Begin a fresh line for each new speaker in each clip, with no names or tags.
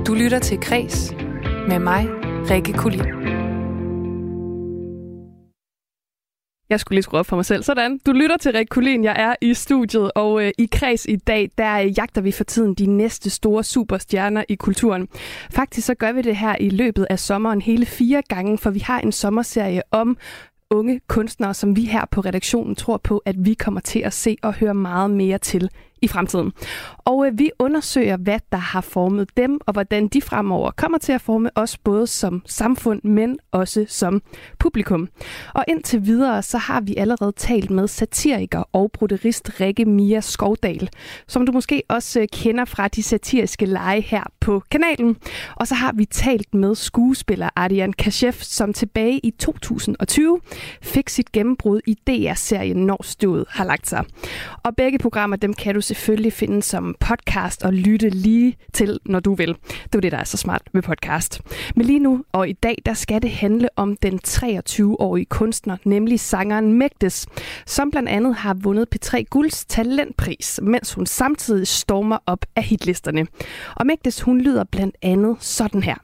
Du lytter til Kres med mig, Rikke Kulin. Jeg skulle lige skrue op for mig selv. Sådan, du lytter til Rikke Kulin. Jeg er i studiet, og i Kres i dag, der jagter vi for tiden de næste store superstjerner i kulturen. Faktisk så gør vi det her i løbet af sommeren hele 4 gange, for vi har en sommerserie om unge kunstnere, som vi her på redaktionen tror på, at vi kommer til at se og høre meget mere til i fremtiden. Og vi undersøger, hvad der har formet dem, og hvordan de fremover kommer til at forme os både som samfund, men også som publikum. Og indtil videre, så har vi allerede talt med satiriker og broderist Rikke Mia Skovdal, som du måske også kender fra de satiriske lege her på kanalen. Og så har vi talt med skuespiller Ardian Kashef, som tilbage i 2020 fik sit gennembrud i DR-serien Når støvet har lagt sig. Og begge programmer, dem kan du selvfølgelig finde som podcast og lytte lige til, når du vil. Det er det, der er så smart med podcast. Men lige nu og i dag, der skal det handle om den 23-årige kunstner, nemlig sangeren Mekdes, som blandt andet har vundet P3 Gulds talentpris, mens hun samtidig stormer op af hitlisterne. Og Mekdes, hun lyder blandt andet sådan her.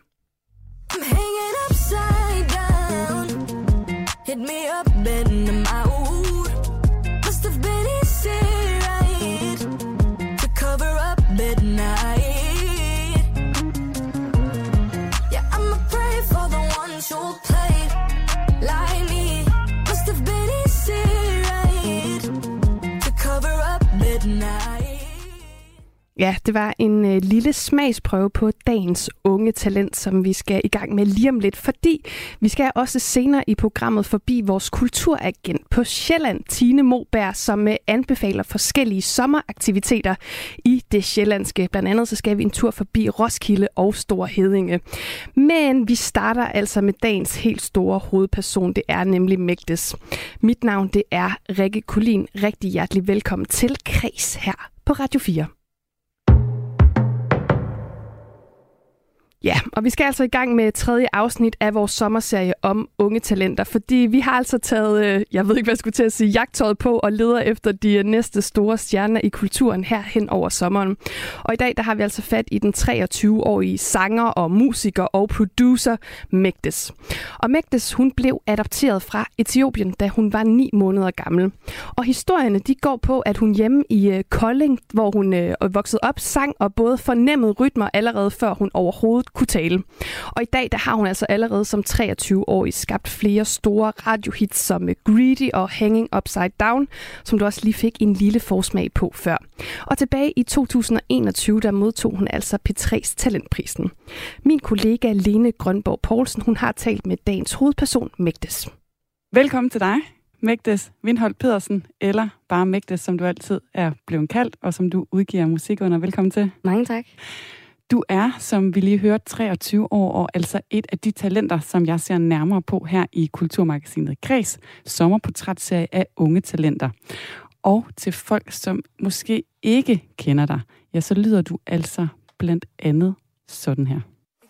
Hit me up, bend in my mood. Must have been easy, right? To cover up midnight. Yeah, I'ma pray for the ones who play like me. Must have been easy, right? To cover up midnight. Ja, det var en lille smagsprøve på dagens unge talent, som vi skal i gang med lige om lidt, fordi vi skal også senere i programmet forbi vores kulturagent på Sjælland, Tine Moberg, som anbefaler forskellige sommeraktiviteter i det sjællandske. Blandt andet så skal vi en tur forbi Roskilde og Store Heddinge. Men vi starter altså med dagens helt store hovedperson, det er nemlig Mekdes. Mit navn, det er Rikke Kulin. Rigtig hjertelig velkommen til Kres her på Radio 4. Ja, og vi skal altså i gang med 3. afsnit af vores sommerserie om unge talenter, fordi vi har altså taget, jeg ved ikke, hvad jeg skulle til at sige, jagttøjet på og leder efter de næste store stjerner i kulturen her hen over sommeren. Og i dag, der har vi altså fat i den 23-årige sanger og musiker og producer Mekdes. Og Mekdes, hun blev adopteret fra Etiopien, da hun var 9 måneder gammel. Og historierne, de går på, at hun hjemme i Kolding, hvor hun voksede op, sang og både fornemmede rytmer allerede før hun overhovedet kunne tale. Og i dag, der har hun altså allerede som 23-årig skabt flere store radiohits som Greedy og Hanging Upside Down, som du også lige fik en lille forsmag på før. Og tilbage i 2021, der modtog hun altså P3's talentprisen. Min kollega Lene Grønborg Poulsen, hun har talt med dagens hovedperson, Mekdes.
Velkommen til dig, Mekdes Vindholt Pedersen, eller bare Mekdes, som du altid er blevet kaldt, og som du udgiver musik under. Velkommen til.
Mange tak.
Du er, som vi lige hørte, 23 år, og altså et af de talenter, som jeg ser nærmere på her i Kulturmagasinet Kres, sommerportrætserie af unge talenter. Og til folk, som måske ikke kender dig, ja, så lyder du altså blandt andet sådan her.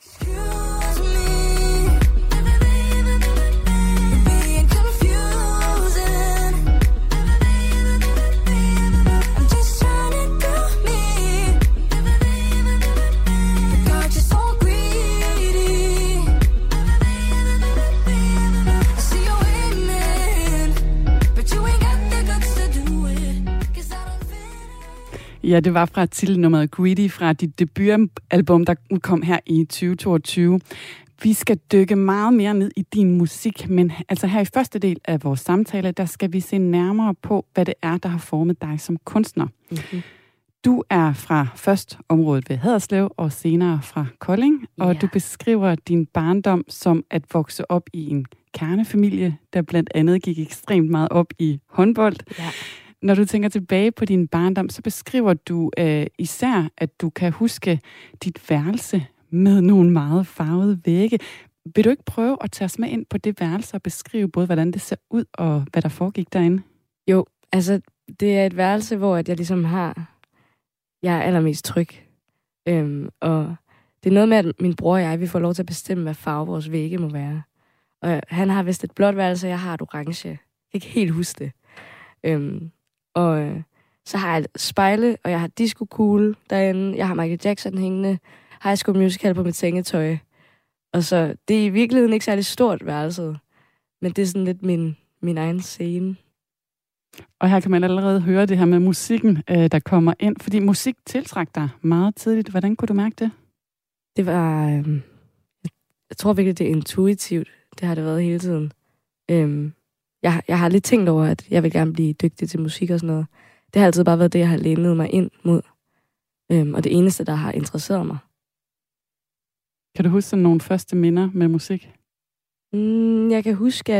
Ja, det var fra titelnummeret Greedy fra dit debutalbum, der udkom her i 2022. Vi skal dykke meget mere ned i din musik, men altså her i første del af vores samtale, der skal vi se nærmere på, hvad det er, der har formet dig som kunstner. Mm-hmm. Du er fra først området ved Haderslev og senere fra Kolding, og du beskriver din barndom som at vokse op i en kernefamilie, der blandt andet gik ekstremt meget op i håndbold. Ja. Når du tænker tilbage på din barndom, så beskriver du især, at du kan huske dit værelse med nogle meget farvede vægge. Vil du ikke prøve at tage os med ind på det værelse og beskrive både, hvordan det ser ud og hvad der foregik derinde?
Jo, altså det er et værelse, hvor jeg ligesom jeg er allermest tryg. Og det er noget med, at min bror og jeg, vi får lov til at bestemme, hvad farve vores vægge må være. Og han har vist et blåt værelse, og jeg har et orange. Jeg kan ikke helt huske det. Og så har jeg spejle, og jeg har disco-kugle derinde. Jeg har Michael Jackson hængende. High School Musical på mit sengetøj. Og så, det er i virkeligheden ikke særlig stort værelset, men det er sådan lidt min egen scene.
Og her kan man allerede høre det her med musikken, der kommer ind, fordi musik tiltrækker dig meget tidligt. Hvordan kunne du mærke det?
Det var, jeg tror virkelig, det er intuitivt. Det har det været hele tiden. Jeg har lidt tænkt over, at jeg vil gerne blive dygtig til musik og sådan noget. Det har altid bare været det, jeg har lænet mig ind mod. Og det eneste, der har interesseret mig.
Kan du huske sådan nogle første minder med musik?
Jeg kan huske,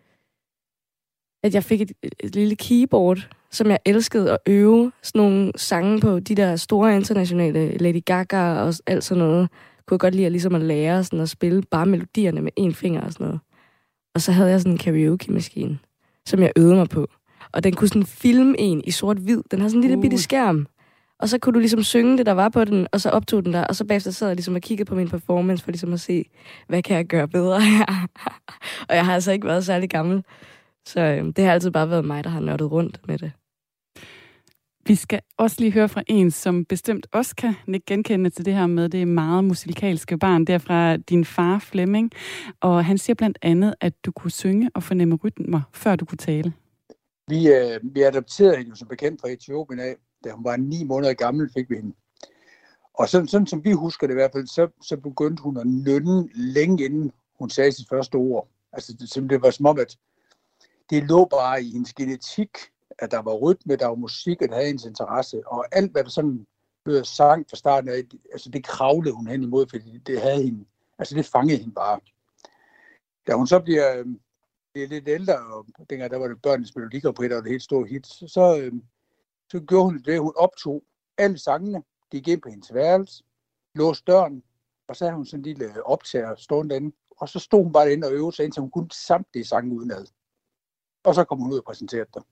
at jeg fik et lille keyboard, som jeg elskede at øve sådan nogle sange på. De der store internationale Lady Gaga og alt sådan noget. Kunne jeg godt lide ligesom at lære sådan at spille bare melodierne med én finger og sådan noget. Og så havde jeg sådan en karaoke-maskine, som jeg øvede mig på. Og den kunne sådan filme en i sort-hvid. Den har sådan en lille bitte skærm. Og så kunne du ligesom synge det, der var på den, og så optog den der. Og så bagefter sad jeg ligesom og kiggede på min performance, for ligesom at se, hvad kan jeg gøre bedre her. Og jeg har altså ikke været særlig gammel. Så det har altid bare været mig, der har nørdet rundt med det.
Vi skal også lige høre fra en, som bestemt også kan genkende til det her med det meget musikalske barn. Det er fra din far, Flemming. Og han siger blandt andet, at du kunne synge og fornemme rytmer, før du kunne tale.
Vi adopterede hende som bekendt fra Etiopien af. Da hun var 9 måneder gammel, fik vi hende. Og sådan som vi husker det i hvert fald, så begyndte hun at nynne længe inden hun sagde sit første ord. Altså det var som om, at det lå bare i hendes genetik, at der var rytme, der var musik, og der havde hendes interesse. Og alt, hvad der sådan blev sang fra starten af, altså det kravlede hun hen imod, fordi det havde hende, altså det fangede hende bare. Da hun så bliver lidt ældre, og dengang der var det børnenes melodikabriller, der var det helt store hit, så gjorde hun det, hun optog alle sangene, gik ind på hendes værelse, låste døren, og så havde hun sådan en lille optager stående derinde, og så stod hun bare derinde og øvede sig, indtil hun kunne samtlige sange udenad. Og så kom hun ud og præsenterede dem.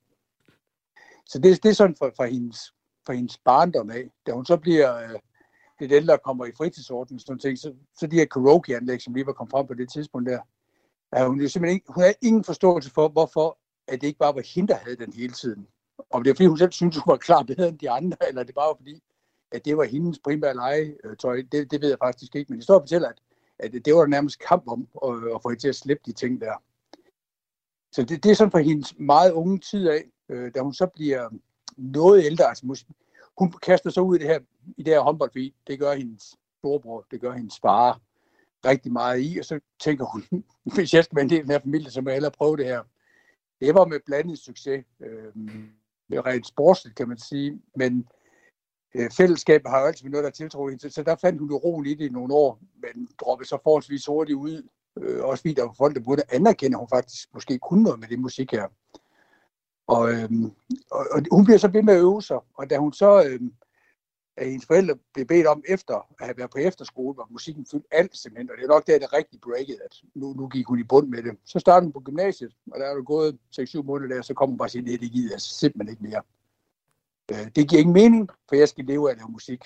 Så det er sådan fra hendes barndom af. Da hun så bliver lidt ældre og kommer i fritidsordenen, sådan ting, så de her karaoke-anlæg, som lige var kommet frem på det tidspunkt der, hun havde ingen forståelse for, hvorfor at det ikke bare var hende, der havde den hele tiden. Om det er fordi, hun selv synes, hun var klar bedre end de andre, eller det bare var fordi, at det var hendes primære legetøj, det ved jeg faktisk ikke. Men historien fortæller, at det var nærmest kamp om at få hende til at slippe de ting der. Så det er sådan fra hendes meget unge tid af, da hun så bliver noget ældre. Altså, hun kaster sig ud i det her håndbold, fordi det gør hendes storebror, det gør hendes far rigtig meget i. Og så tænker hun, hvis jeg skal være en del af den her familie, så må jeg hellere prøve det her. Det var med blandet succes. Rent sportsligt, kan man sige. Men fællesskabet har jo altid været noget, der tiltror hende. Så der fandt hun jo roen i det i nogle år, men droppede så forholdsvis hurtigt ud. Også fordi der var folk, der burde anerkende, at hun faktisk måske kunne noget med det musik her. Og hun bliver så ved med at øve sig. Og da hun så af hendes forældre blev bedt om efter at have været på efterskole, hvor musikken fyldte alt simpelthen. Og det er nok der, det rigtig breaket, at nu gik hun i bund med det. Så startede hun på gymnasiet, og der er jo gået 6-7 måneder der, så kom hun bare og siger, det gider jeg simpelthen ikke mere. Det giver ingen mening, for jeg skal leve af at lave musik.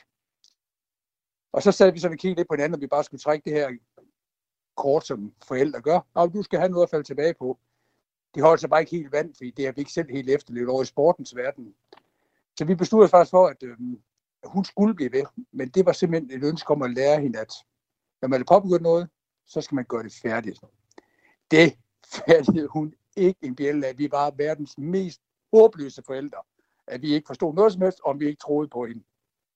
Og så sad vi så og kiggede lidt på hinanden, og vi bare skulle trække det her kort, som forældre gør. Og du skal have noget at falde tilbage på. De holdt sig bare ikke helt vand, fordi det har vi ikke selv helt efterlevet over i sportens verden. Så vi besluttede faktisk for, at hun skulle blive ved. Men det var simpelthen et ønske om at lære hende, at når man er påbegyndt noget, så skal man gøre det færdigt. Det færdighed hun ikke en bjælde af. Vi var verdens mest håbløse forældre. At vi ikke forstod noget som helst, om vi ikke troede på hende.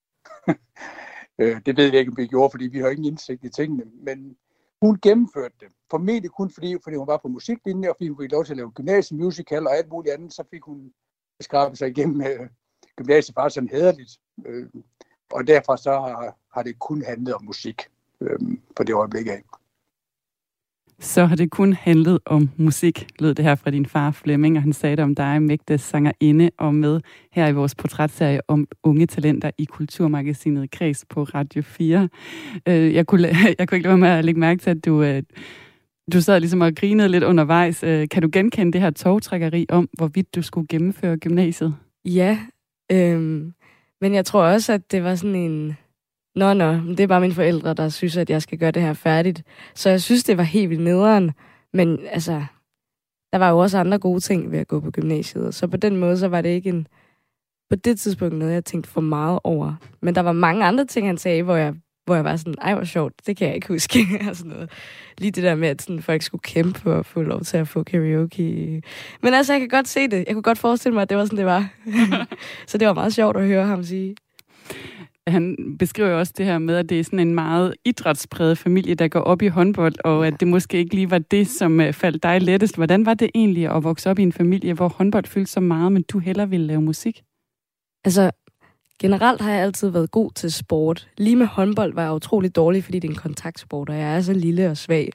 Det ved vi ikke, om vi gjorde, fordi vi har ingen indsigt i tingene. Men hun gennemførte det. Formentlig kun fordi hun var på musiklinje, og fordi hun fik lov til at lave gymnasiemusical og alt muligt andet, så fik hun skrabet sig igennem gymnasiet bare sådan hæderligt. Og derfra så har det kun handlet om musik på det øjeblik af.
Så har det kun handlet om musik, lød det her fra din far Flemming, og han sagde det om dig, Mægde sangerinde, og med her i vores portrætserie om unge talenter i Kulturmagasinet Kreds på Radio 4. Jeg kunne ikke lade være med at lægge mærke til, at du sad ligesom og grinede lidt undervejs. Kan du genkende det her tovtrækkeri om, hvorvidt du skulle gennemføre gymnasiet?
Ja, men jeg tror også, at det var sådan en... Nå, det er bare mine forældre, der synes, at jeg skal gøre det her færdigt. Så jeg synes, det var helt vildt nederen. Men altså, der var jo også andre gode ting ved at gå på gymnasiet. Så på den måde, så var det ikke på det tidspunkt noget, jeg tænkte for meget over. Men der var mange andre ting, han sagde, hvor hvor jeg var sådan, ej, hvor sjovt, det kan jeg ikke huske. Sådan noget. Lige det der med, at sådan, folk skulle kæmpe for at få lov til at få karaoke. Men altså, jeg kan godt se det. Jeg kunne godt forestille mig, at det var sådan, det var. Så det var meget sjovt at høre ham sige.
Han beskriver jo også det her med, at det er sådan en meget idrætspræget familie, der går op i håndbold, og at det måske ikke lige var det, som faldt dig lettest. Hvordan var det egentlig at vokse op i en familie, hvor håndbold fyldte så meget, men du hellere ville lave musik?
Altså, generelt har jeg altid været god til sport. Lige med håndbold var jeg utrolig dårlig, fordi det er en kontaktsport, og jeg er så lille og svag.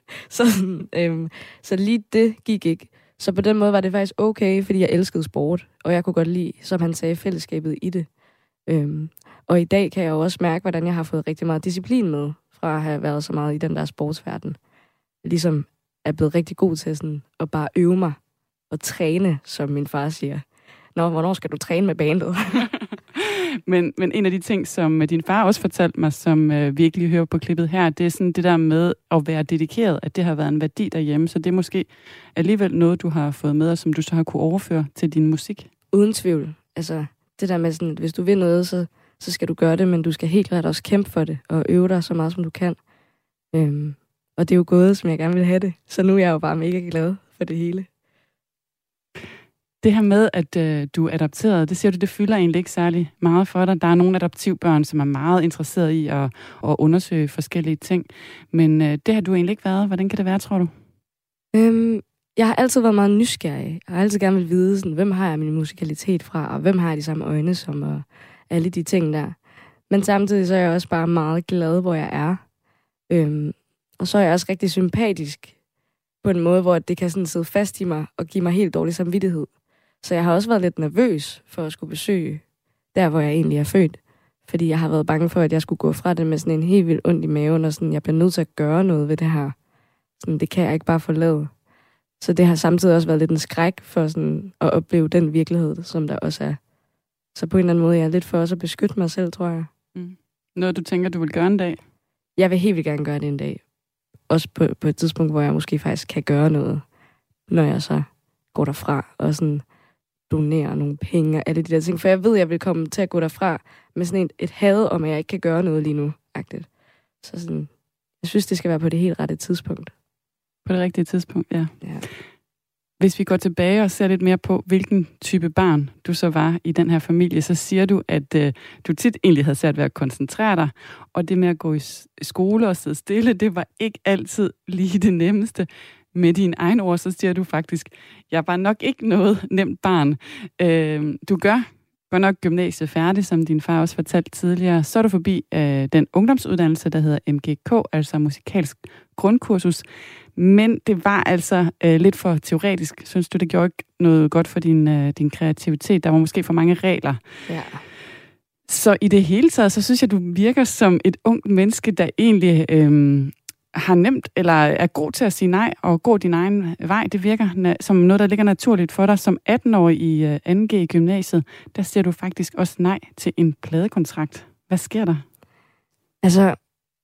Så lige det gik ikke. Så på den måde var det faktisk okay, fordi jeg elskede sport, og jeg kunne godt lide, som han sagde, fællesskabet i det. Og i dag kan jeg jo også mærke, hvordan jeg har fået rigtig meget disciplin med, fra at have været så meget i den der sportsverden. Ligesom er blevet rigtig god til sådan at bare øve mig og træne, som min far siger. Nå, hvornår skal du træne med bandet?
men en af de ting, som din far også fortalte mig, som vi ikke lige hører på klippet her, det er sådan det der med at være dedikeret, at det har været en værdi derhjemme, så det er måske alligevel noget, du har fået med, og som du så har kunne overføre til din musik.
Uden tvivl. Altså, det der med sådan, at hvis du vil noget, så skal du gøre det, men du skal helt klart også kæmpe for det, og øve dig så meget, som du kan. Og det er jo gået, som jeg gerne vil have det. Så nu er jeg jo bare mega glad for det hele.
Det her med, at du er adopteret, det siger du, det fylder egentlig ikke særlig meget for dig. Der er nogle adoptivbørn, som er meget interesserede i at undersøge forskellige ting. Men det har du egentlig ikke været. Hvordan kan det være, tror du?
Jeg har altid været meget nysgerrig. Jeg har altid gerne vil vide, sådan, hvem har jeg min musikalitet fra, og hvem har jeg de samme øjne som, og alle de ting der. Men samtidig så er jeg også bare meget glad, hvor jeg er. Og så er jeg også rigtig sympatisk på en måde, hvor det kan sådan sidde fast i mig og give mig helt dårlig samvittighed. Så jeg har også været lidt nervøs for at skulle besøge der, hvor jeg egentlig er født. Fordi jeg har været bange for, at jeg skulle gå fra det med sådan en helt vildt ondt i maven, og sådan, jeg bliver nødt til at gøre noget ved det her. Sådan, det kan jeg ikke bare forlade. Så det har samtidig også været lidt en skræk for sådan at opleve den virkelighed, som der også er. Så på en eller anden måde, jeg er lidt for også at beskytte mig selv, tror jeg.
Noget, du tænker, du vil gøre en dag?
Jeg vil helt vildt gerne gøre det en dag. Også på et tidspunkt, hvor jeg måske faktisk kan gøre noget, når jeg så går derfra og sådan donerer nogle penge og alle de der ting. For jeg ved, jeg vil komme til at gå derfra med sådan et had om, at jeg ikke kan gøre noget lige nu. -agtigt. Så sådan, jeg synes, det skal være på det helt rette tidspunkt.
På det rigtige tidspunkt, ja.
Ja.
Hvis vi går tilbage og ser lidt mere på, hvilken type barn du så var i den her familie, så siger du, at du tit egentlig havde svært ved at koncentrere dig, og det med at gå i skole og sidde stille, det var ikke altid lige det nemmeste. Med dine egne ord, så siger du faktisk, jeg var nok ikke noget nemt barn. Du gør nok gymnasiet færdig, som din far også fortalte tidligere. Så er du forbi den ungdomsuddannelse, der hedder MGK, altså musikalsk grundkursus. Men det var altså lidt for teoretisk. Synes du, det gjorde ikke noget godt for din kreativitet? Der var måske for mange regler.
Ja.
Så i det hele taget, så synes jeg, du virker som et ungt menneske, der egentlig har nemt, eller er god til at sige nej og gå din egen vej. Det virker som noget, der ligger naturligt for dig. Som 18-årig i 2G i gymnasiet, der siger du faktisk også nej til en pladekontrakt. Hvad sker der?
Altså,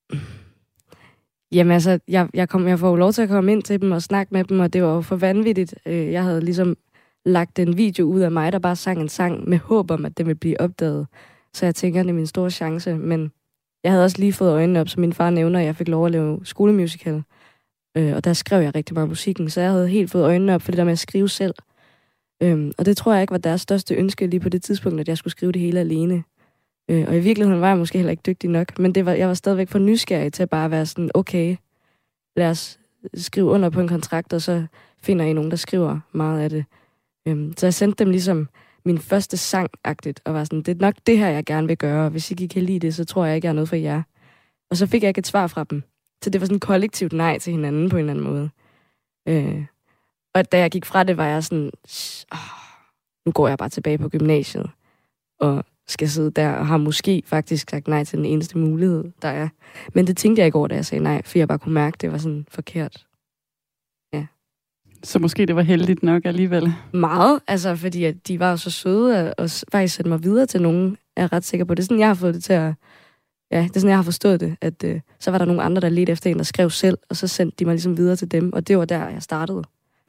jeg får lov til at komme ind til dem og snakke med dem, og det var jo for vanvittigt. Jeg havde ligesom lagt en video ud af mig, der bare sang en sang med håb om, at det ville blive opdaget. Så jeg tænker, det er min store chance, men jeg havde også lige fået øjnene op, som min far nævner, at jeg fik lov at lave skolemusical. Og der skrev jeg rigtig meget musikken, så jeg havde helt fået øjnene op for det der med at skrive selv. Og det tror jeg ikke var deres største ønske lige på det tidspunkt, at jeg skulle skrive det hele alene. Og i virkeligheden var jeg måske heller ikke dygtig nok, men jeg var stadigvæk for nysgerrig til at bare være sådan, okay, lad os skrive under på en kontrakt, og så finder I nogen, der skriver meget af det. Så jeg sendte dem ligesom min første sang-agtigt, og var sådan, det er nok det her, jeg gerne vil gøre, og hvis I ikke kan lide det, så tror jeg ikke, jeg er noget for jer. Og så fik jeg ikke et svar fra dem. Så det var sådan et kollektivt nej til hinanden på en eller anden måde. Og da jeg gik fra det, var jeg sådan, nu går jeg bare tilbage på gymnasiet, og skal sidde der, og har måske faktisk sagt nej til den eneste mulighed, der er. Men det tænkte jeg ikke over, da jeg sagde nej, for jeg bare kunne mærke, at det var sådan forkert. Ja.
Så måske det var heldigt nok alligevel?
Meget, altså fordi at de var jo så søde, og faktisk sætte mig videre til nogen, er jeg ret sikker på. Det er sådan, jeg har fået det til at... Ja, det er sådan, jeg har forstået det, at så var der nogle andre, der ledte efter en, der skrev selv, og så sendte de mig ligesom videre til dem, og det var der, jeg startede.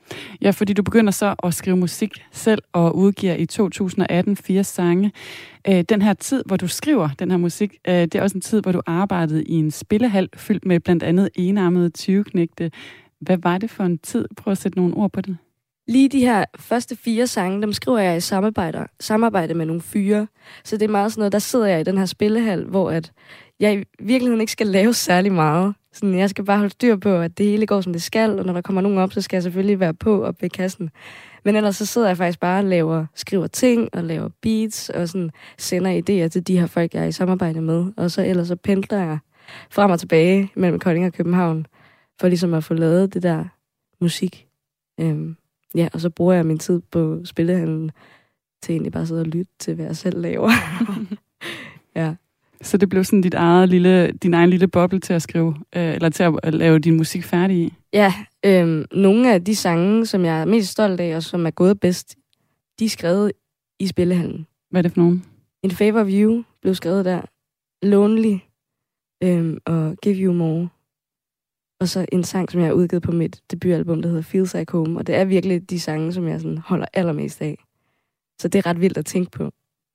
Ja, fordi du begynder så at skrive musik selv og udgiver i 2018 4 sange. Den her tid, hvor du skriver den her musik, det er også en tid, hvor du arbejdede i en spillehal fyldt med blandt andet enarmede 20-knægte. Hvad var det for en tid? Prøv at sætte nogle ord på det.
Lige de her første 4 sange, dem skriver jeg i samarbejde med nogle fyre. Så det er meget sådan noget, der sidder jeg i den her spillehal, hvor at jeg i virkeligheden ikke skal lave særlig meget. Sådan, jeg skal bare holde styr på, at det hele går, som det skal, og når der kommer nogen op, så skal jeg selvfølgelig være på op ved kassen. Men ellers så sidder jeg faktisk bare og skriver ting og laver beats og sådan sender idéer til de her folk, jeg er i samarbejde med. Og så ellers så pendler jeg frem og tilbage mellem Kolding og København, for ligesom at få lavet det der musik. Ja, og så bruger jeg min tid på spillehallen til egentlig bare at sidde og lytte til, hvad jeg selv laver. Ja.
Så det blev sådan din egen lille boble til at skrive, eller til at lave din musik færdig i?
Ja, nogle af de sange, som jeg er mest stolt af, og som er gået bedst, de er skrevet i spillehallen.
Hvad er det for nogen?
In Favor of You blev skrevet der. Lonely og Give You More. Og så en sang, som jeg har udgivet på mit debutalbum, der hedder Feels Like Home. Og det er virkelig de sange, som jeg sådan holder allermest af. Så det er ret vildt at tænke på.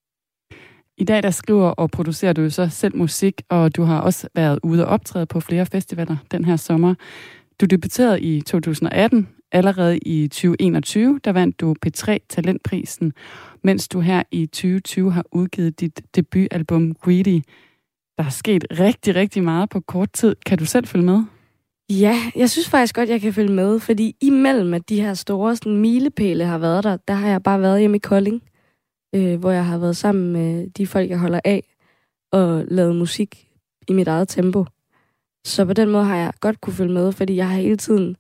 I dag der skriver og producerer du så selv musik, og du har også været ude og optræde på flere festivaler den her sommer. Du debuterede i 2018. Allerede i 2021, der vandt du P3 Talentprisen, mens du her i 2020 har udgivet dit debutalbum Greedy. Der er sket rigtig, rigtig meget på kort tid. Kan du selv følge med?
Ja, jeg synes faktisk godt, jeg kan følge med, fordi imellem at de her store sådan, milepæle har været der har jeg bare været hjemme i Kolding, hvor jeg har været sammen med de folk, jeg holder af, og lavet musik i mit eget tempo. Så på den måde har jeg godt kunne følge med, fordi jeg har hele tiden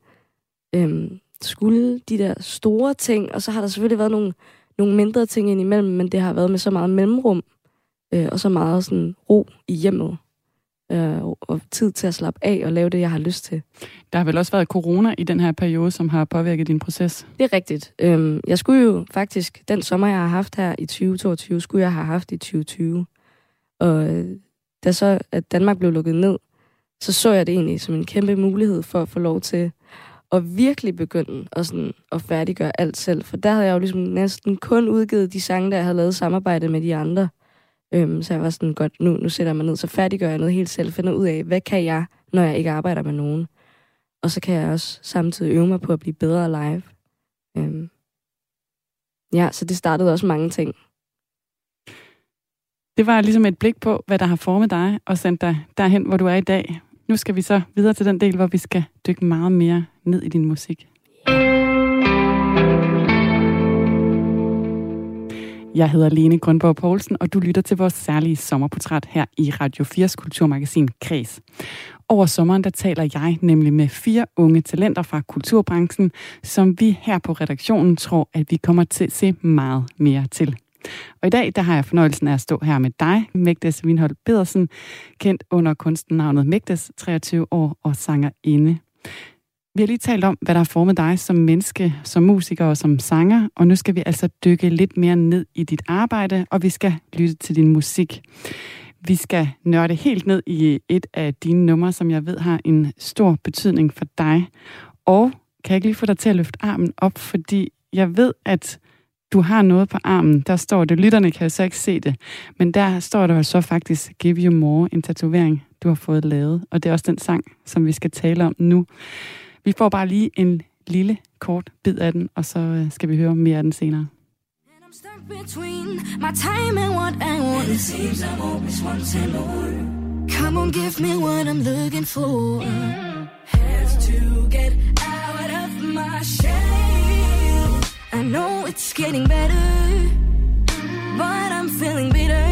skulle de der store ting, og så har der selvfølgelig været nogle mindre ting indimellem, men det har været med så meget mellemrum, og så meget sådan ro i hjemmet. Og tid til at slappe af og lave det, jeg har lyst til.
Der har vel også været corona i den her periode, som har påvirket din proces?
Det er rigtigt. Jeg skulle jo faktisk, den sommer, jeg har haft her i 2022, skulle jeg have haft i 2020. Og da så, at Danmark blev lukket ned, så jeg det egentlig som en kæmpe mulighed for at få lov til at virkelig begynde at færdiggøre alt selv. For der havde jeg jo ligesom næsten kun udgivet de sange, der jeg havde lavet samarbejde med de andre. Så jeg var sådan, godt, nu sætter jeg mig ned, så færdiggør jeg noget helt selv, finder ud af, hvad kan jeg, når jeg ikke arbejder med nogen. Og så kan jeg også samtidig øve mig på at blive bedre live. Ja, så det startede også mange ting.
Det var ligesom et blik på, hvad der har formet dig og sendt dig derhen, hvor du er i dag. Nu skal vi så videre til den del, hvor vi skal dykke meget mere ned i din musik. Jeg hedder Lene Grønborg Poulsen, og du lytter til vores særlige sommerportræt her i Radio 4's kulturmagasin Kreds. Over sommeren, der taler jeg nemlig med 4 unge talenter fra kulturbranchen, som vi her på redaktionen tror, at vi kommer til at se meget mere til. Og i dag, der har jeg fornøjelsen af at stå her med dig, Mekdes Winholt Pedersen, kendt under kunstnernavnet Mekdes, 23 år og sangerinde. Vi har lige talt om, hvad der har formet dig som menneske, som musiker og som sanger, og nu skal vi altså dykke lidt mere ned i dit arbejde, og vi skal lytte til din musik. Vi skal nørde helt ned i et af dine numre, som jeg ved har en stor betydning for dig. Og kan jeg ikke lige få dig til at løfte armen op, fordi jeg ved, at du har noget på armen. Der står det, lytterne kan jo så ikke se det, men der står der så faktisk Give You More, en tatovering, du har fået lavet, og det er også den sang, som vi skal tale om nu. Vi får bare lige en lille, kort bid af den, og så skal vi høre mere af den senere. I'm stuck between my time and what I want. It seems I'm always wanting more. Come on, give me what I'm looking for. Have to get out of my shell. I know it's getting better, but I'm feeling bitter.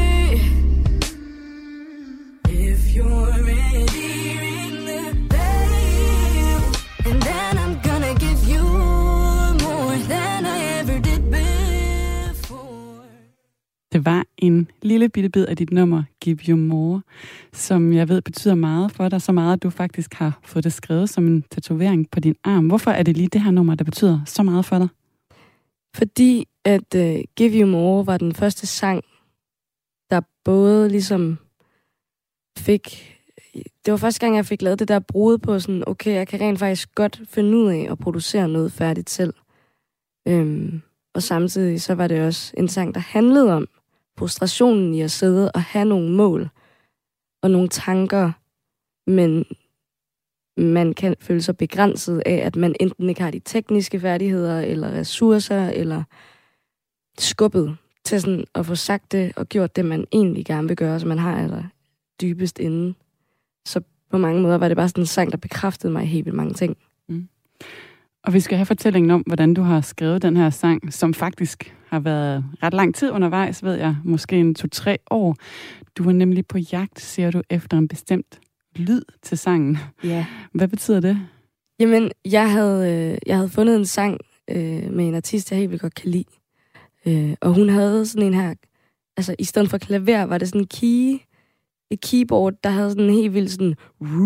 If you're ready, ring the bell, and then I'm gonna give you more than I ever did before. Det var en lille bitte bid af dit nummer, Give You More, som jeg ved betyder meget for dig, så meget, at du faktisk har fået det skrevet som en tatovering på din arm. Hvorfor er det lige det her nummer, der betyder så meget for dig?
Fordi at Give You More var den første sang, der både ligesom fik det var første gang, jeg fik lavet det der brud på sådan, okay, jeg kan rent faktisk godt finde ud af at producere noget færdigt selv. Og samtidig så var det også en sang, der handlede om frustrationen i at sidde og have nogle mål og nogle tanker, men man kan føle sig begrænset af, at man enten ikke har de tekniske færdigheder, eller ressourcer, eller skubbet til sådan at få sagt det og gjort det, man egentlig gerne vil gøre, som man har eller dybest inde. Så på mange måder var det bare sådan en sang, der bekræftede mig helt vildt mange ting.
Mm. Og vi skal have fortællingen om, hvordan du har skrevet den her sang, som faktisk har været ret lang tid undervejs, ved jeg. Måske en 2-3 år. Du var nemlig på jagt, siger du, efter en bestemt lyd til sangen.
Ja.
Hvad betyder det?
Jamen, jeg havde fundet en sang med en artist, jeg helt vildt godt kan lide. Og hun havde sådan en her, altså i stedet for klaver, var det sådan et keyboard, der havde sådan en helt vildt sådan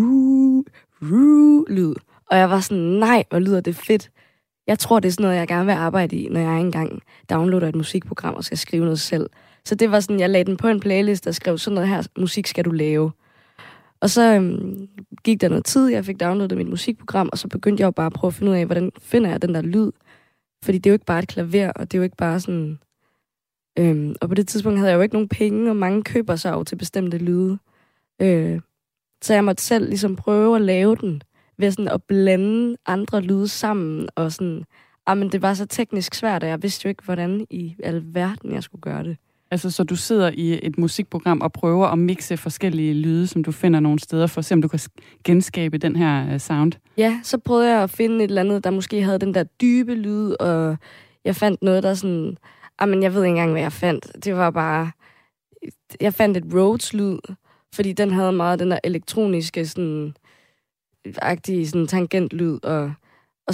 lyd. Og jeg var sådan, nej, hvor lyder det fedt. Jeg tror, det er sådan noget, jeg gerne vil arbejde i, når jeg engang downloader et musikprogram og skal skrive noget selv. Så det var sådan, jeg lagde den på en playlist og skrev, sådan noget her musik skal du lave. Og så gik der noget tid, jeg fik downloadet mit musikprogram, og så begyndte jeg jo bare at prøve at finde ud af, hvordan finder jeg den der lyd. Fordi det er jo ikke bare et klaver, og det er jo ikke bare sådan... og på det tidspunkt havde jeg jo ikke nogen penge, og mange køber sig jo til bestemte lyde. Så jeg måtte selv ligesom prøve at lave den, ved sådan at blande andre lyde sammen, og sådan... men det var så teknisk svært, og jeg vidste jo ikke, hvordan i alverden jeg skulle gøre det.
Altså, så du sidder i et musikprogram og prøver at mixe forskellige lyde, som du finder nogle steder, for at se, om du kan genskabe den her sound?
Ja, så prøvede jeg at finde et eller andet, der måske havde den der dybe lyd, og jeg fandt noget, der sådan... men jeg ved ikke engang, hvad jeg fandt. Det var bare... Jeg fandt et Rhodes-lyd, fordi den havde meget den der elektroniske, sådan... agtige, sådan tangentlyd, og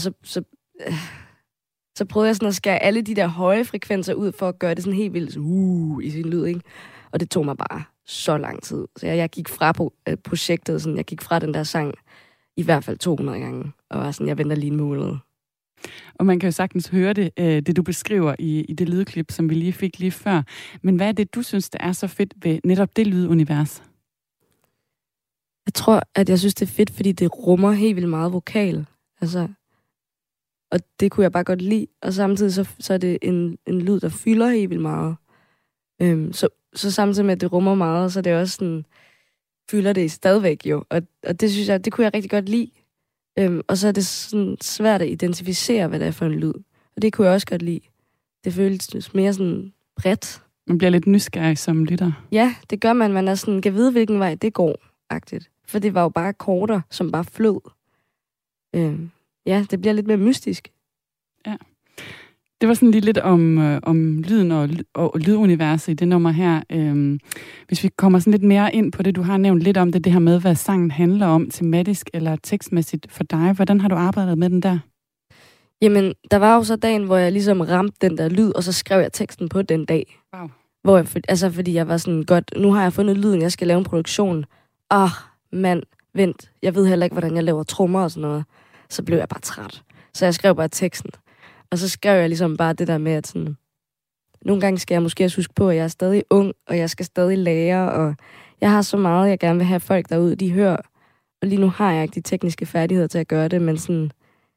så prøvede jeg sådan at skære alle de der høje frekvenser ud, for at gøre det sådan helt vildt i sin lyd, ikke? Og det tog mig bare så lang tid. Så jeg gik fra projektet, sådan, jeg gik fra den der sang i hvert fald 200 gange, og var sådan, jeg venter lige en måned.
Og man kan jo sagtens høre det du beskriver i det lydklip, som vi lige fik lige før. Men hvad er det, du synes, der er så fedt ved netop det lydunivers?
Jeg tror, at jeg synes, det er fedt, fordi det rummer helt vildt meget vokal. Altså, og det kunne jeg bare godt lide. Og samtidig så er det en lyd, der fylder helt vildt meget. Så samtidig med, at det rummer meget, så er det også sådan, fylder det stadigvæk jo. Og det synes jeg, det kunne jeg rigtig godt lide. Og så er det sådan svært at identificere, hvad det er for en lyd. Og det kunne jeg også godt lide. Det føles mere sådan bredt. Man
bliver lidt nysgerrig som lytter.
Ja, det gør man. Man er sådan, kan vide, hvilken vej det går-agtigt. For det var jo bare akkorder, som bare flød. Ja, det bliver lidt mere mystisk.
Ja. Det var sådan lige lidt om lyden og lyduniverset i det nummer her. Hvis vi kommer sådan lidt mere ind på det, du har nævnt lidt om det her med, hvad sangen handler om, tematisk eller tekstmæssigt for dig. Hvordan har du arbejdet med den der?
Jamen, der var jo så dagen, hvor jeg ligesom ramte den der lyd, og så skrev jeg teksten på den dag.
Wow.
Hvor fordi jeg var sådan, godt, nu har jeg fundet lyden, jeg skal lave en produktion. Mand, vent, jeg ved heller ikke, hvordan jeg laver trommer og sådan noget. Så blev jeg bare træt. Så jeg skrev bare teksten. Og så skrev jeg ligesom bare det der med, at sådan, nogle gange skal jeg måske også huske på, at jeg er stadig ung, og jeg skal stadig lære, og jeg har så meget, jeg gerne vil have folk derude, de hører. Og lige nu har jeg ikke de tekniske færdigheder til at gøre det, men sådan,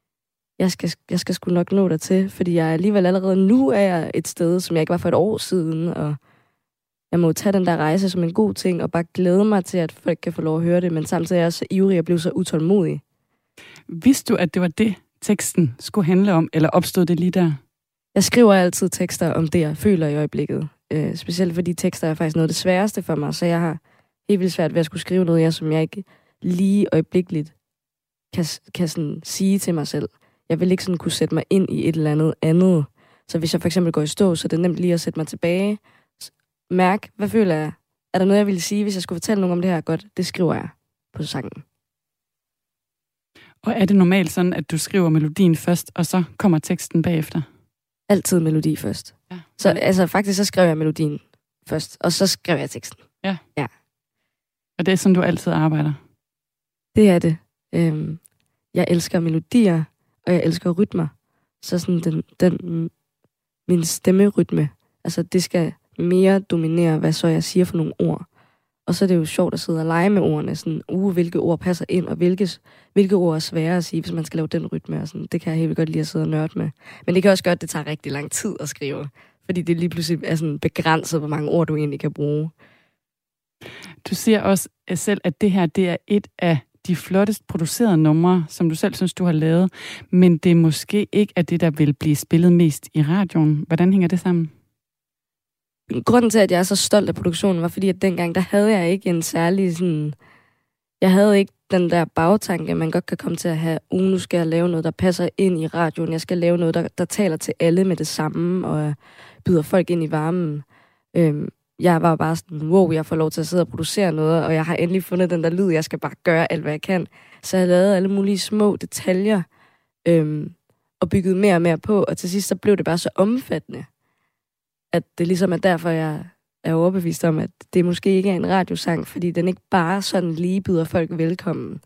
jeg skal sgu nok nå dertil, fordi jeg alligevel allerede nu er et sted, som jeg ikke var for et år siden, og jeg må tage den der rejse som en god ting, og bare glæde mig til, at folk kan få lov at høre det, men samtidig er jeg så ivrig og blev så utålmodig.
Vidste du, at det var det, teksten skulle handle om, eller opstod det lige der?
Jeg skriver altid tekster om det, jeg føler i øjeblikket. Specielt fordi tekster er faktisk noget af det sværeste for mig, så jeg har helt vildt svært ved at skulle skrive noget, som jeg ikke lige øjeblikkeligt kan sådan sige til mig selv. Jeg vil ikke sådan kunne sætte mig ind i et eller andet. Så hvis jeg for eksempel går i stå, så er det nemt lige at sætte mig tilbage. Mærk, hvad føler jeg? Er der noget, jeg ville sige, hvis jeg skulle fortælle nogen om det her godt? Det skriver jeg på sangen.
Og er det normalt sådan, at du skriver melodien først, og så kommer teksten bagefter?
Altid melodi først. Ja. Så altså, faktisk så skrev jeg melodien først, og så skrev jeg teksten.
Ja. Og det er sådan, du altid arbejder?
Det er det. Jeg elsker melodier, og jeg elsker rytmer. Så sådan min stemmerytme, altså det skal mere dominere, hvad så jeg siger for nogle ord. Og så er det jo sjovt at sidde og lege med ordene, sådan, hvilke ord passer ind, og hvilke ord er svære at sige, hvis man skal lave den rytme. Og sådan. Det kan jeg helt godt lide at sidde og nørde med. Men det kan også gøre, at det tager rigtig lang tid at skrive, fordi det lige pludselig er sådan begrænset, hvor mange ord du egentlig kan bruge.
Du siger også selv, at det her, det er et af de flottest producerede numre, som du selv synes, du har lavet, men det måske ikke er det, der vil blive spillet mest i radioen. Hvordan hænger det sammen?
Grunden til, at jeg er så stolt af produktionen, var fordi, at dengang, der havde jeg ikke en særlig sådan... Jeg havde ikke den der bagtanke, man godt kan komme til at have, nu skal jeg lave noget, der passer ind i radioen. Jeg skal lave noget, der taler til alle med det samme, og byder folk ind i varmen. Jeg var bare sådan, jeg får lov til at sidde og producere noget, og jeg har endelig fundet den der lyd, jeg skal bare gøre alt, hvad jeg kan. Så jeg lavede alle mulige små detaljer, og byggede mere og mere på, og til sidst så blev det bare så omfattende, at det ligesom er derfor, jeg er overbevist om, at det måske ikke er en radiosang, fordi den ikke bare sådan lige byder folk velkommen.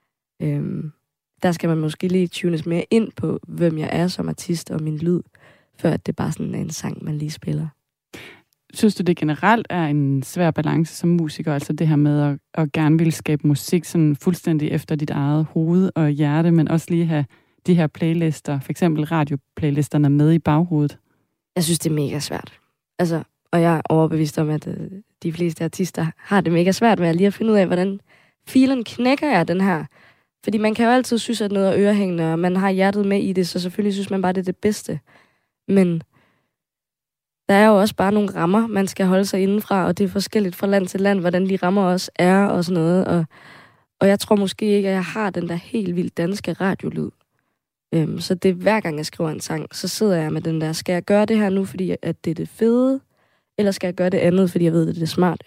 Der skal man måske lige tunes mere ind på, hvem jeg er som artist og min lyd, før at det bare sådan er en sang, man lige spiller.
Synes du, det generelt er en svær balance som musiker, altså det her med at gerne ville skabe musik sådan fuldstændig efter dit eget hoved og hjerte, men også lige have de her playlister, for eksempel radioplaylisterne med i baghovedet?
Jeg synes, det er mega svært. Altså, og jeg er overbevist om, at de fleste artister har det mega svært med at lige at finde ud af, hvordan filen knækker jeg den her. Fordi man kan jo altid synes, at noget er ørehængende, og man har hjertet med i det, så selvfølgelig synes man bare, det er det bedste. Men der er jo også bare nogle rammer, man skal holde sig indenfra, og det er forskelligt fra land til land, hvordan de rammer også er og sådan noget. Og jeg tror måske ikke, at jeg har den der helt vildt danske radiolyd. Så det er hver gang, jeg skriver en sang, så sidder jeg med den der, skal jeg gøre det her nu, fordi at det er det fede, eller skal jeg gøre det andet, fordi jeg ved, at det er det smarte?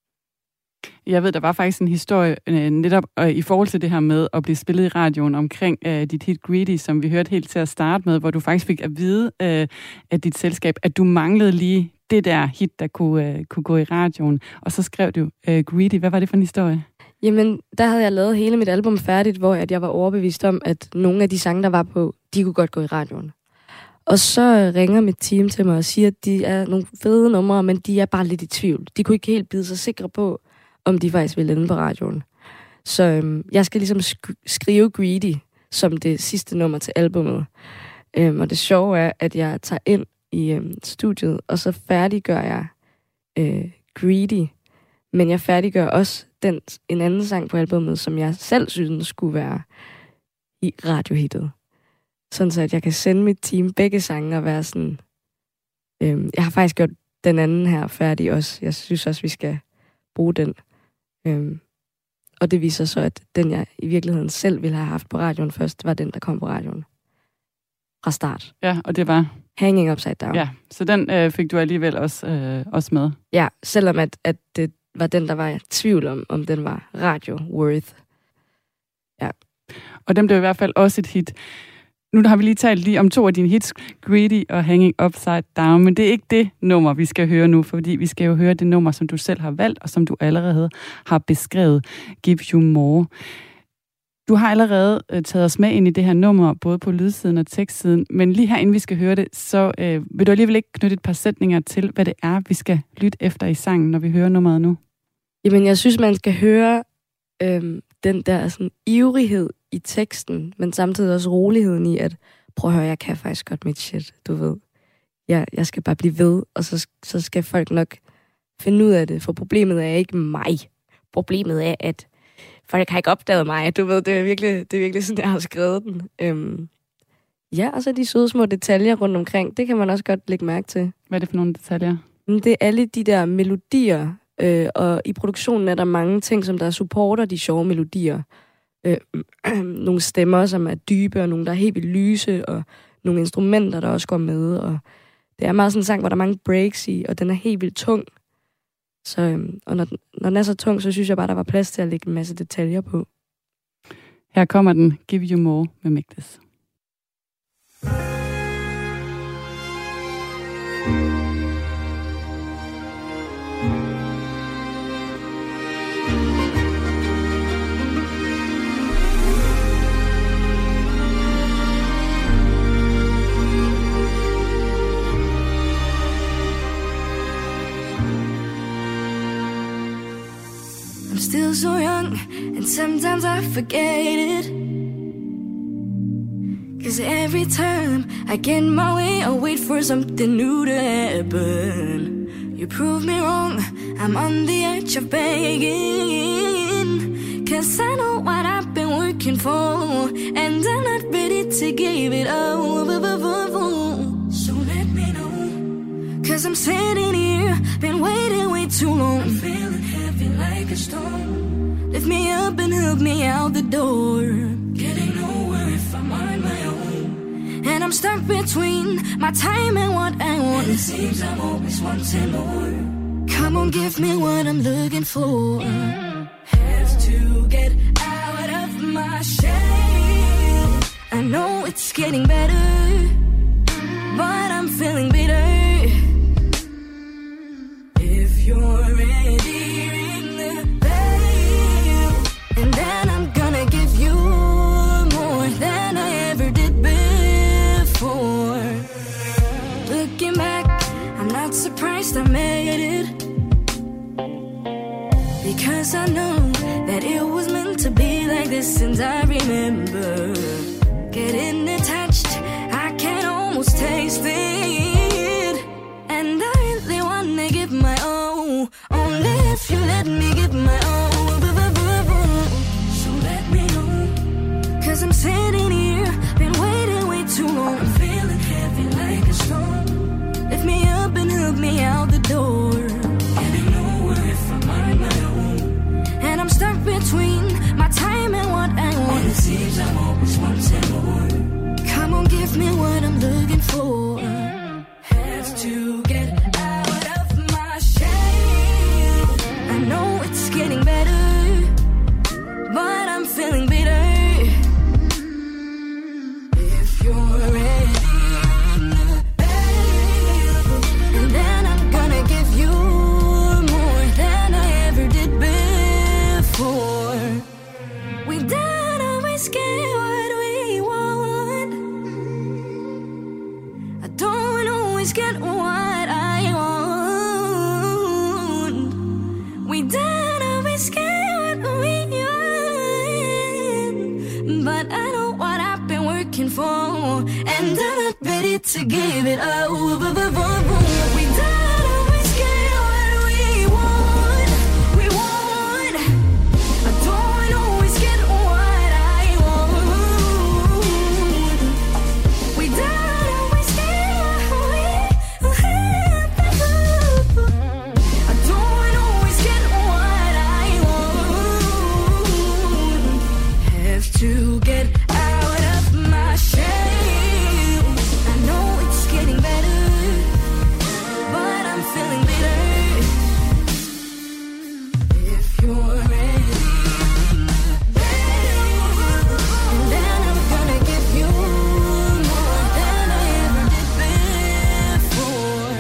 Jeg ved, der var faktisk en historie netop i forhold til det her med at blive spillet i radioen omkring dit hit Greedy, som vi hørte helt til at starte med, hvor du faktisk fik at vide af dit selskab, at du manglede lige det der hit, der kunne gå i radioen. Og så skrev du Greedy. Hvad var det for en historie?
Jamen, der havde jeg lavet hele mit album færdigt, hvor jeg var overbevist om, at nogle af de sange, der var på, de kunne godt gå i radioen. Og så ringer mit team til mig og siger, at de er nogle fede numre, men de er bare lidt i tvivl. De kunne ikke helt bide sig sikre på, om de faktisk ville ende på radioen. Så jeg skal ligesom skrive Greedy som det sidste nummer til albumet. Og det sjove er, at jeg tager ind i studiet, og så færdiggør jeg Greedy. Men jeg færdiggør også en anden sang på albumet, som jeg selv synes skulle være i radiohittet. Sådan så, at jeg kan sende mit team begge sange og være sådan... jeg har faktisk gjort den anden her færdig også. Jeg synes også, vi skal bruge den. Og det viser så, at den, jeg i virkeligheden selv ville have haft på radioen først, var den, der kom på radioen. Fra start.
Ja, og det var...
Hanging Upside Down.
Ja, så den fik du alligevel også med. Ja,
selvom at det var den, der var i tvivl om den var radio-worth. Ja.
Og den blev i hvert fald også et hit. Nu har vi lige talt lige om 2 af dine hits, Greedy og Hanging Upside Down, men det er ikke det nummer, vi skal høre nu, fordi vi skal jo høre det nummer, som du selv har valgt, og som du allerede har beskrevet, Give You More. Du har allerede taget os med ind i det her nummer, både på lydsiden og tekstsiden, men lige her, inden vi skal høre det, så vil du alligevel ikke knytte et par sætninger til, hvad det er, vi skal lytte efter i sangen, når vi hører nummeret nu?
Jamen, jeg synes, man skal høre den der sådan ivrighed i teksten, men samtidig også roligheden i, at prøv at høre, jeg kan faktisk godt mit shit, du ved. Jeg skal bare blive ved, og så skal folk nok finde ud af det, for problemet er ikke mig. Problemet er, at folk har ikke opdaget mig, du ved, det er virkelig sådan, jeg har skrevet den. Ja, og så de søde små detaljer rundt omkring, det kan man også godt lægge mærke til.
Hvad er det for nogle detaljer?
Det er alle de der melodier, og i produktionen er der mange ting, som der supporter de sjove melodier. Nogle stemmer, som er dybe, og nogle, der er helt vildt lyse, og nogle instrumenter, der også går med. Og det er meget sådan en sang, hvor der er mange breaks i, og den er helt vildt tung. Så, og når den er så tung, så synes jeg bare, der var plads til at lægge en masse detaljer på.
Her kommer den, Give You More med Mægtes.
still so young, and sometimes I forget it. 'Cause every time I get my way, I wait for something new to happen. You prove me wrong, I'm on the edge of begging. 'Cause I know what I've been working for, and I'm not ready to give it up. So let me know, 'cause I'm sitting here, been waiting way too long. I'm feeling heavy like a stone. Lift me up and help me out the door. Getting nowhere if I'm on my own. And I'm stuck between my time and what I want. And it seems I'm always wanting more. Come on, give me what I'm looking for. Have to get out of my shell. I know it's getting better, but I'm feeling bitter. If you're ready, ring the bell, and then I'm gonna give you more than I ever did before. Looking back, I'm not surprised I made it, because I know that it was meant to be like this since I remember. Getting attached, I can almost taste it. And I really wanna give my all, only if you let me give my all. So let me know, 'cause I'm sitting here, been waiting way too long. I'm feeling heavy like a stone. Lift me up and help me out the door. Getting nowhere if I'm on my own. And I'm stuck between my time and what I want. And it seems I'm always wanting more. Come on, give me what I'm looking for. Have to get out of my shell. I know it's getting better, but I'm feeling bitter. If you're ready, ring the bell, and then I'm gonna give you more than I ever did before. We don't always get what we want. I don't always get what I want. We don't always get what we want. But I know what I've been working for, and I'm not ready to give it up. We don't always get what we want. We want. I don't always get what I want. We don't always get what we want. I don't always get what I want. Have to get out of my shell. I know it's getting better, but I'm feeling bitter. If you're ready, and then I'm gonna give you more than I ever did before.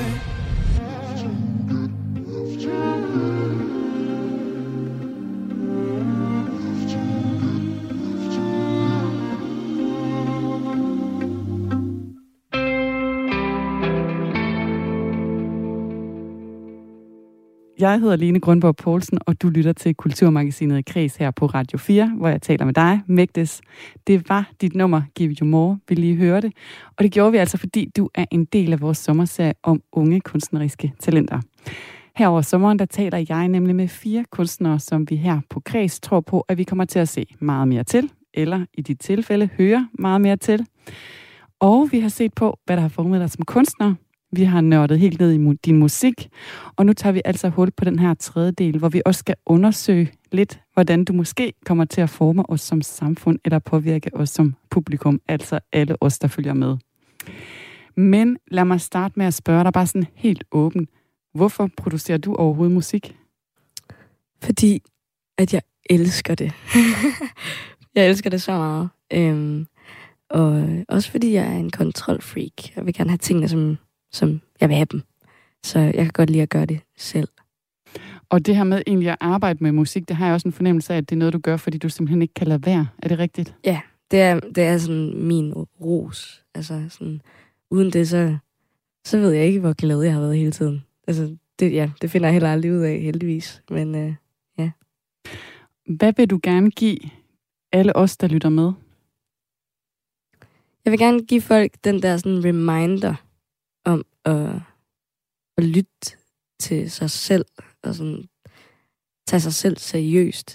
Jeg hedder Line Grundborg Poulsen, og du lytter til Kulturmagasinet Kreds her på Radio 4, hvor jeg taler med dig, Mægdes. Det var dit nummer, Give You More, vi lige høre det. Og det gjorde vi altså, fordi du er en del af vores sommerserie om unge kunstneriske talenter. Her over sommeren, der taler jeg nemlig med 4 kunstnere, som vi her på Kreds tror på, at vi kommer til at se meget mere til, eller i dit tilfælde høre meget mere til. Og vi har set på, hvad der har formet dig som kunstner. Vi har nørdet helt ned i din musik, og nu tager vi altså hul på den her 3. del, hvor vi også skal undersøge lidt, hvordan du måske kommer til at forme os som samfund, eller påvirke os som publikum, altså alle os, der følger med. Men lad mig starte med at spørge dig bare sådan helt åben. Hvorfor producerer du overhovedet musik?
Fordi at jeg elsker det. Jeg elsker det så meget. Og også fordi jeg er en kontrolfreak. Jeg vil gerne have tingene, som jeg vil have dem. Så jeg kan godt lide at gøre det selv.
Og det her med egentlig at arbejde med musik, det har jeg også en fornemmelse af, at det er noget, du gør, fordi du simpelthen ikke kan lade være. Er det rigtigt?
Ja, det er sådan min ros. Altså sådan, uden det, så ved jeg ikke, hvor glad jeg har været hele tiden. Altså, det finder jeg heller aldrig ud af, heldigvis. Men ja.
Hvad vil du gerne give alle os, der lytter med?
Jeg vil gerne give folk den der sådan reminder om at lytte til sig selv og sådan tage sig selv seriøst.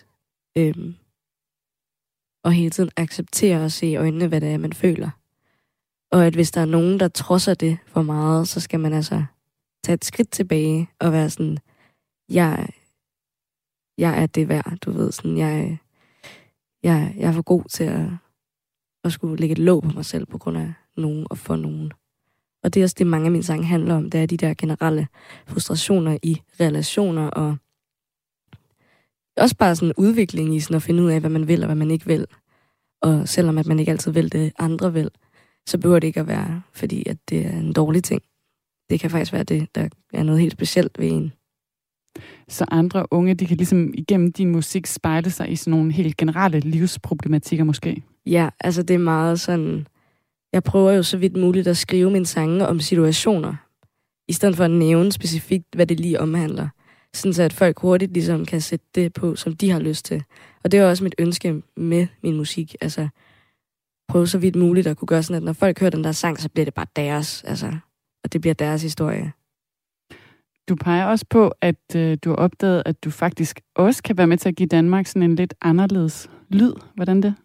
Og hele tiden acceptere og se i øjnene, hvad det er, man føler. Og at hvis der er nogen, der trodser det for meget, så skal man altså tage et skridt tilbage og være sådan, jeg er det værd, du ved, sådan, jeg er for god til at skulle lægge et låg på mig selv på grund af nogen og for nogen. Og det er også det, mange af mine sange handler om, det er de der generelle frustrationer i relationer, og også bare sådan en udvikling i sådan at finde ud af, hvad man vil og hvad man ikke vil. Og selvom at man ikke altid vil det, andre vil, så behøver det ikke at være, fordi at det er en dårlig ting. Det kan faktisk være det, der er noget helt specielt ved en.
Så andre unge, de kan ligesom igennem din musik spejle sig i sådan nogle helt generelle livsproblematikker måske?
Ja, altså det er meget sådan... Jeg prøver jo så vidt muligt at skrive mine sange om situationer, i stedet for at nævne specifikt, hvad det lige omhandler. Sådan så at folk hurtigt ligesom kan sætte det på, som de har lyst til. Og det er også mit ønske med min musik. Altså, prøve så vidt muligt at kunne gøre sådan, at når folk hører den der sang, så bliver det bare deres. Altså, og det bliver deres historie.
Du peger også på, at du har opdaget, at du faktisk også kan være med til at give Danmark sådan en lidt anderledes lyd. Hvordan det?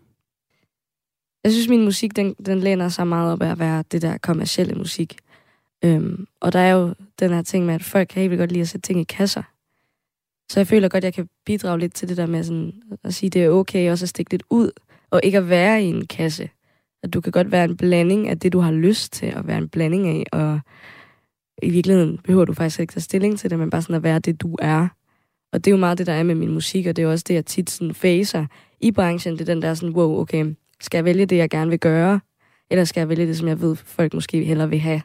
Jeg synes, min musik, den læner sig meget op af at være det der kommercielle musik. Og der er jo den her ting med, at folk kan helt vildt godt lide at sætte ting i kasser. Så jeg føler godt, at jeg kan bidrage lidt til det der med sådan, at sige, at det er okay også at stikke lidt ud, og ikke at være i en kasse. At du kan godt være en blanding af det, du har lyst til at være en blanding af, og i virkeligheden behøver du faktisk ikke tage stilling til det, men bare sådan at være det, du er. Og det er jo meget det, der er med min musik, og det er også det, jeg tit sådan facer i branchen. Det er den der sådan, wow, okay, skal jeg vælge det, jeg gerne vil gøre, eller skal jeg vælge det, som jeg ved, folk måske hellere vil have?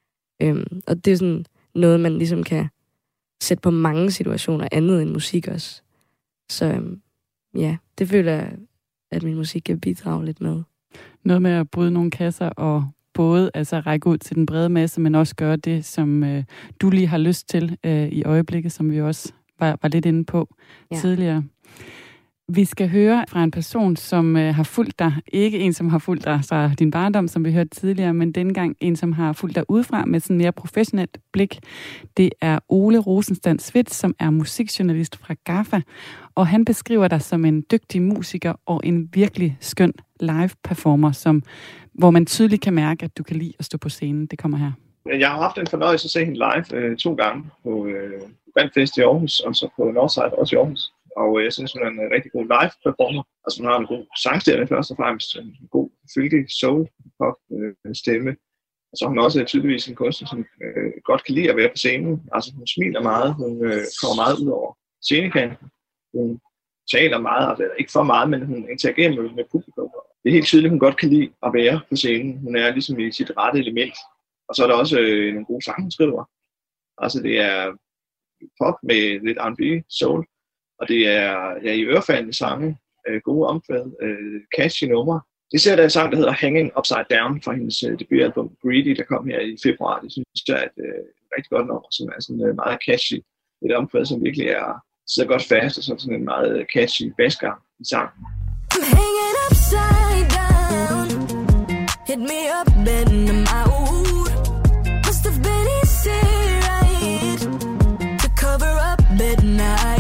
Og det er sådan noget, man ligesom kan sætte på mange situationer, andet end musik også. Så ja, det føler jeg, at min musik kan bidrage lidt med. Noget
med at bryde nogle kasser og både altså række ud til den brede masse, men også gøre det, som du lige har lyst til i øjeblikket, som vi også var lidt inde på tidligere. Vi skal høre fra en person, som har fulgt dig. Ikke en, som har fulgt dig fra din barndom, som vi hørte tidligere, men dengang en, som har fulgt dig udefra med sådan mere professionelt blik. Det er Ole Rosenstand Svits, som er musikjournalist fra GAFFA, og han beskriver dig som en dygtig musiker og en virkelig skøn live-performer, hvor man tydeligt kan mærke, at du kan lide at stå på scenen. Det kommer her.
Jeg har haft en fornøjelse at se hende live 2 gange på Bandfest i Aarhus, og så på Northside også i Aarhus. Og jeg synes, hun er en rigtig god live-performer. Altså hun har en god sangstemme først og fremmest, en god, fyldig soul-pop-stemme. Og så har hun også tydeligvis en kunstner, som godt kan lide at være på scenen. Altså hun smiler meget, hun kommer meget ud over scenekanten. Hun taler meget, altså ikke for meget, men hun interagerer med publikum. Det er helt tydeligt, at hun godt kan lide at være på scenen. Hun er ligesom i sit rette element. Og så er der også en god sang, hun skriver. Altså det er pop med lidt R&B, soul. Og det er i ørefaldende sange, gode omkvæd, catchy numre. Det ser der en sang, der hedder Hanging Upside Down fra hendes debutalbum Greedy, der kom her i februar. Det synes jeg er et rigtig godt nummer, som er sådan meget catchy. Et omkvæd, som virkelig sidder godt fast, og sådan en meget catchy bassgang i sangen.
Hanging upside down, hit me up in my mood. Must have been easy, right, to cover up midnight.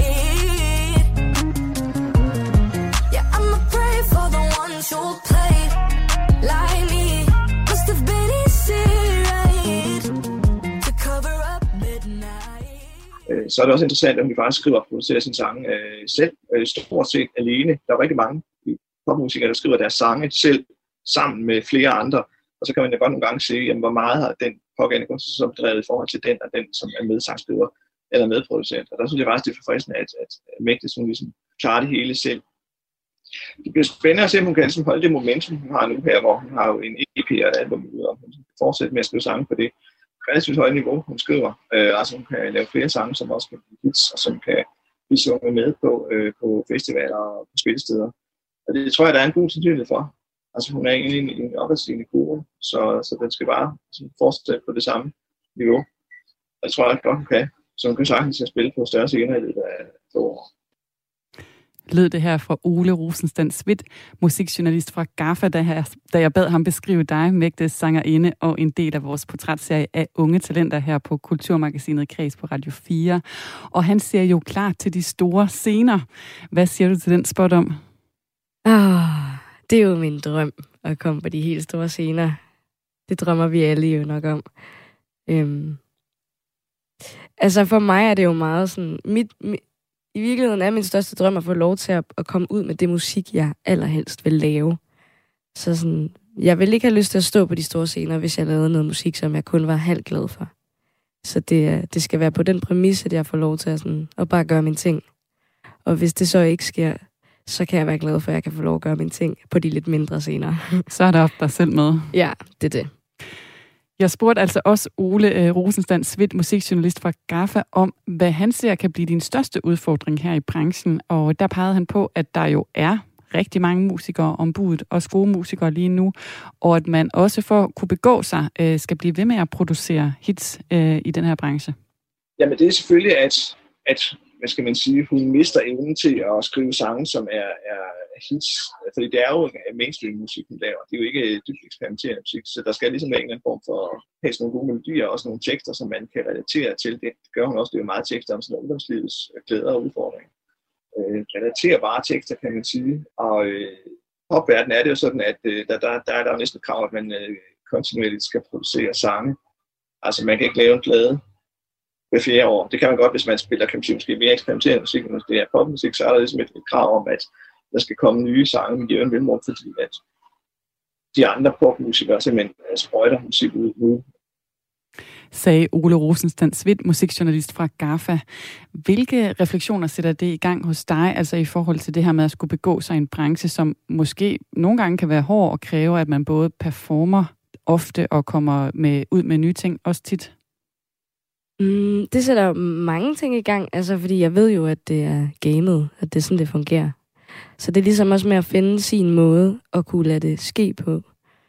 You'll play like me. Must have been easy, right, to cover up midnight.
Så er det også interessant, at hun faktisk skriver og producerer sin sange selv, stort set alene. Der er rigtig mange popmusikere, der skriver deres sange selv sammen med flere andre. Og så kan man jo godt nogle gange se, jamen, hvor meget har den pågældende kunstner så bedrevet i forhold til den og den, som er medsangskriver eller medproducent. Og der synes jeg faktisk, det er forfriskende, at Mægte, som ligesom klarer det hele selv. Det bliver spændende at se, om hun kan ligesom holde det momentum, hun har nu her, hvor hun har jo en EP og et album ud, og hun kan fortsætte med at skrive sange på det relativt høje niveau, hun skriver. Altså hun kan lave flere sange, som også kan blive hits, og som kan blive sunget med på festivaler og på spillesteder. Og det tror jeg, der er en god sandsynlighed for. Altså hun er egentlig en opadsigende kurve, så den skal bare fortsætte på det samme niveau. Og det tror jeg godt, hun kan. Så hun kan sagtens spille på større scener i løbet af 2 år.
lød det her fra Ole Rosenstand-Svidt, musikjournalist fra GAFFA, da jeg bad ham beskrive dig, Mægde, sangerinde og en del af vores portrætserie af unge talenter her på Kulturmagasinet Kreds på Radio 4. Og han ser jo klar til de store scener. Hvad siger du til den spot om?
Det er jo min drøm at komme på de helt store scener. Det drømmer vi alle jo nok om. Altså for mig er det jo meget sådan... I virkeligheden er min største drøm at få lov til at komme ud med det musik, jeg allerhelst vil lave. Så sådan, jeg vil ikke have lyst til at stå på de store scener, hvis jeg lavede noget musik, som jeg kun var halvt glad for. Så det skal være på den præmis, at jeg får lov til at bare gøre mine ting. Og hvis det så ikke sker, så kan jeg være glad for, at jeg kan få lov at gøre mine ting på de lidt mindre scener.
Så er der op dig selv med.
Ja, det er det.
Jeg spurgte altså også Ole Rosenstand-Svidt, musikjournalist fra GAFFA, om hvad han ser kan blive din største udfordring her i branchen. Og der pegede han på, at der jo er rigtig mange musikere ombud og gode musikere lige nu, og at man også for at kunne begå sig, skal blive ved med at producere hits i den her branche.
Jamen det er selvfølgelig, at hvad skal man sige, hun mister evnen til at skrive sange, som er hits. Fordi det er jo mainstream musik, hun laver. Det er jo ikke dybt eksperimenterende musik, så der skal ligesom være en eller anden form for have nogle gode melodier og også nogle tekster, som man kan relatere til. Det gør hun også. Det er jo meget tekster om sådan ungdomslivets glæder og udfordringer. Relaterbare tekster, kan man sige. Og popverdenen er det jo sådan, at der er næsten krav, at man kontinuerligt skal producere sange. Altså man kan ikke lave en plade hver 4 år. Det kan man godt, hvis man spiller, kan man sige, måske mere eksperimenterende musik, men hvis det er popmusik, så er der ligesom et krav om, at der skal komme nye sange med jævn mellemrum, fordi at de andre popmusikere simpelthen sprøjter musik ud nu.
Sagde Ole Rosenstand-Svidt, musikjournalist fra GAFFA. Hvilke refleksioner sætter det i gang hos dig, altså i forhold til det her med at skulle begå sig i en branche, som måske nogle gange kan være hård og kræve, at man både performer ofte og kommer ud med nye ting, også tit?
Det sætter mange ting i gang, altså fordi jeg ved jo, at det er gamet, at det er sådan, det fungerer. Så det er ligesom også med at finde sin måde at kunne lade det ske på.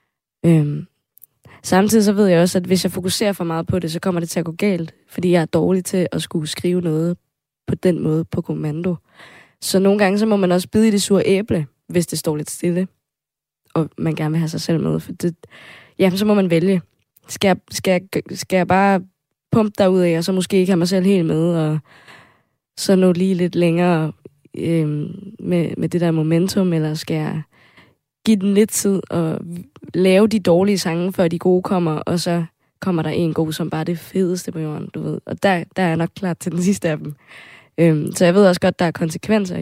Samtidig så ved jeg også, at hvis jeg fokuserer for meget på det, så kommer det til at gå galt, fordi jeg er dårlig til at skulle skrive noget på den måde på kommando. Så nogle gange så må man også bide i det sure æble, hvis det står lidt stille, og man gerne vil have sig selv med. For det, så må man vælge. Skal jeg bare pumpe derudad, og så måske ikke have mig selv helt med, og så nå lige lidt længere med det der momentum, eller skal jeg give den lidt tid og lave de dårlige sange, før de gode kommer, og så kommer der en god, som bare det fedeste på jorden, du ved. Og der er jeg nok klar til den sidste af dem. Så jeg ved også godt, der er konsekvenser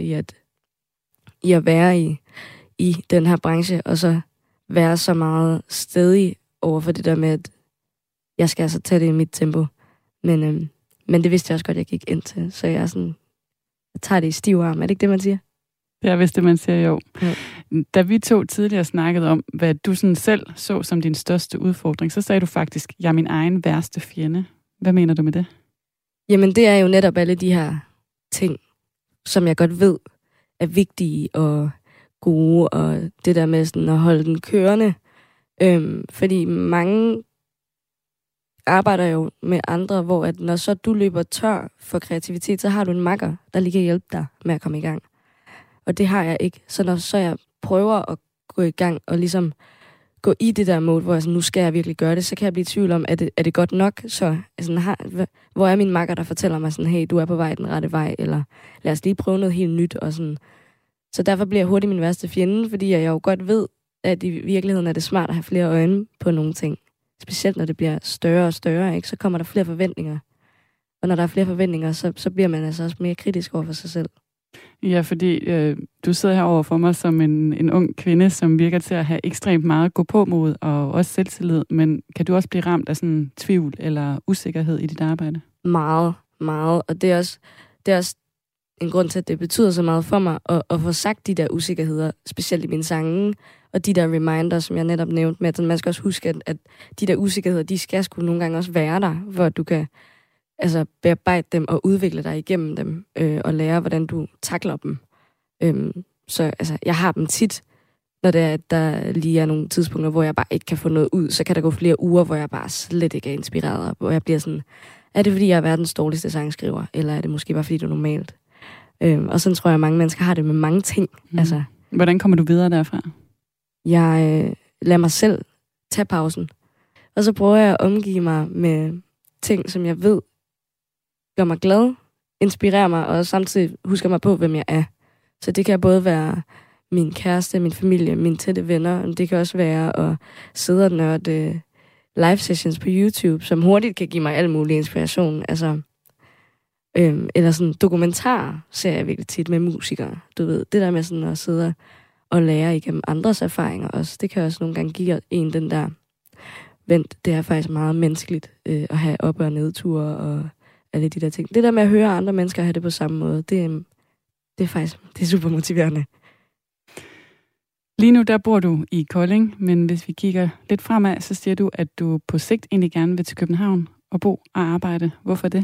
i at være i den her branche, og så være så meget stædig over for det der med, at jeg skal altså tage det i mit tempo. Men det vidste jeg også godt, jeg gik ind til. Så jeg tager det i stiv arm. Er det ikke det, man siger?
Det er vist det, man siger, jo.
Ja.
Da vi to tidligere snakkede om, hvad du sådan selv så som din største udfordring, så sagde du faktisk, jeg er min egen værste fjende. Hvad mener du med det?
Jamen, det er jo netop alle de her ting, som jeg godt ved er vigtige og gode, og det der med sådan at holde den kørende. Fordi mange arbejder jo med andre, hvor at når så du løber tør for kreativitet, så har du en makker, der lige kan hjælpe dig med at komme i gang. Og det har jeg ikke. Så når så jeg prøver at gå i gang og ligesom gå i det der mode, hvor jeg sådan, nu skal jeg virkelig gøre det, så kan jeg blive i tvivl om, er det godt nok? Så altså, hvor er min makker, der fortæller mig sådan, hey, du er på vej den rette vej, eller lad os lige prøve noget helt nyt. Og sådan. Så derfor bliver jeg hurtigt min værste fjende, fordi jeg jo godt ved, at i virkeligheden er det smart at have flere øjne på nogle ting. Specielt når det bliver større og større, ikke? Så kommer der flere forventninger. Og når der er flere forventninger, så bliver man altså også mere kritisk over for sig selv.
Ja, fordi du sidder her over for mig som en ung kvinde, som virker til at have ekstremt meget gå på mod og også selvtillid. Men kan du også blive ramt af sådan tvivl eller usikkerhed i dit arbejde?
Meget, meget. Og det er også en grund til, at det betyder så meget for mig at få sagt de der usikkerheder, specielt i mine sange, og de der reminders, som jeg netop nævnte med, at man skal også huske, at de der usikkerheder, de skal sgu nogle gange også være der, hvor du kan altså bearbejde dem og udvikle dig igennem dem, og lære, hvordan du takler dem. Så altså, jeg har dem tit, når det er, at der lige er nogle tidspunkter, hvor jeg bare ikke kan få noget ud, så kan der gå flere uger, hvor jeg bare slet ikke er inspireret, hvor jeg bliver sådan, er det fordi, jeg er verdens dårligste sangskriver, eller er det måske bare fordi, det er normalt? Og sådan tror jeg, at mange mennesker har det med mange ting. Altså,
hvordan kommer du videre derfra?
Jeg lader mig selv tage pausen. Og så prøver jeg at omgive mig med ting, som jeg ved gør mig glad, inspirerer mig, og samtidig husker mig på, hvem jeg er. Så det kan både være min kæreste, min familie, mine tætte venner, men det kan også være at sidde og nørde live sessions på YouTube, som hurtigt kan give mig al mulig inspiration. Altså, eller sådan dokumentar ser jeg virkelig tit med musikere. Du ved, det der med sådan at sidde og lære igennem andres erfaringer også, det kan også nogle gange give en den der vent. Det er faktisk meget menneskeligt at have op- og nedture og alle de der ting. Det der med at høre andre mennesker have det på samme måde, det er faktisk det er super motiverende.
Lige nu der bor du i Kolding, men hvis vi kigger lidt fremad, så siger du, at du på sigt egentlig gerne vil til København og bo og arbejde. Hvorfor det?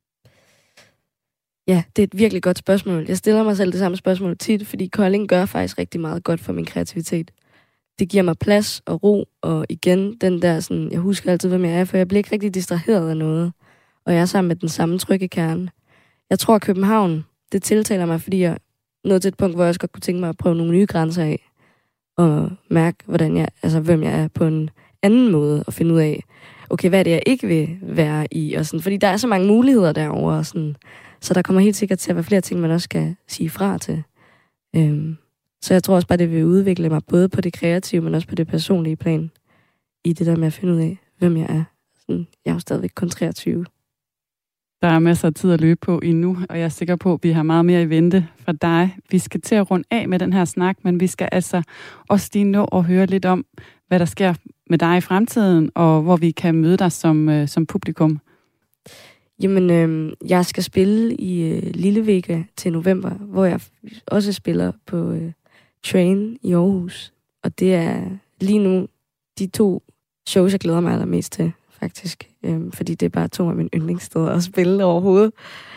Ja, det er et virkelig godt spørgsmål. Jeg stiller mig selv det samme spørgsmål tit, fordi Kolding gør faktisk rigtig meget godt for min kreativitet. Det giver mig plads og ro, og igen den der sådan, jeg husker altid, hvem jeg er, for jeg bliver ikke rigtig distraheret af noget. Og jeg er sammen med den samme trygge kerne. Jeg tror, at København, det tiltaler mig, fordi jeg nåede til et punkt, hvor jeg også godt kunne tænke mig at prøve nogle nye grænser af. Og mærke, hvem jeg er på en anden måde, og finde ud af, okay, hvad er det, jeg ikke vil være i? Og sådan, fordi der er så mange muligheder derovre, og sådan, så der kommer helt sikkert til at være flere ting, man også skal sige fra til. Så jeg tror også bare, det vil udvikle mig, både på det kreative, men også på det personlige plan, i det der med at finde ud af, hvem jeg er. Sådan, jeg er jo stadigvæk kun 23.
Der er masser af tid at løbe på endnu, og jeg er sikker på, at vi har meget mere i vente fra dig. Vi skal til at runde af med den her snak, men vi skal altså også lige nå at høre lidt om, hvad der sker med dig i fremtiden, og hvor vi kan møde dig som publikum.
Jamen, jeg skal spille i Lillevega til november, hvor jeg også spiller på Train i Aarhus. Og det er lige nu de 2 shows, jeg glæder mig allermest til, faktisk. Fordi det er bare 2 af mine yndlingssteder at spille overhovedet.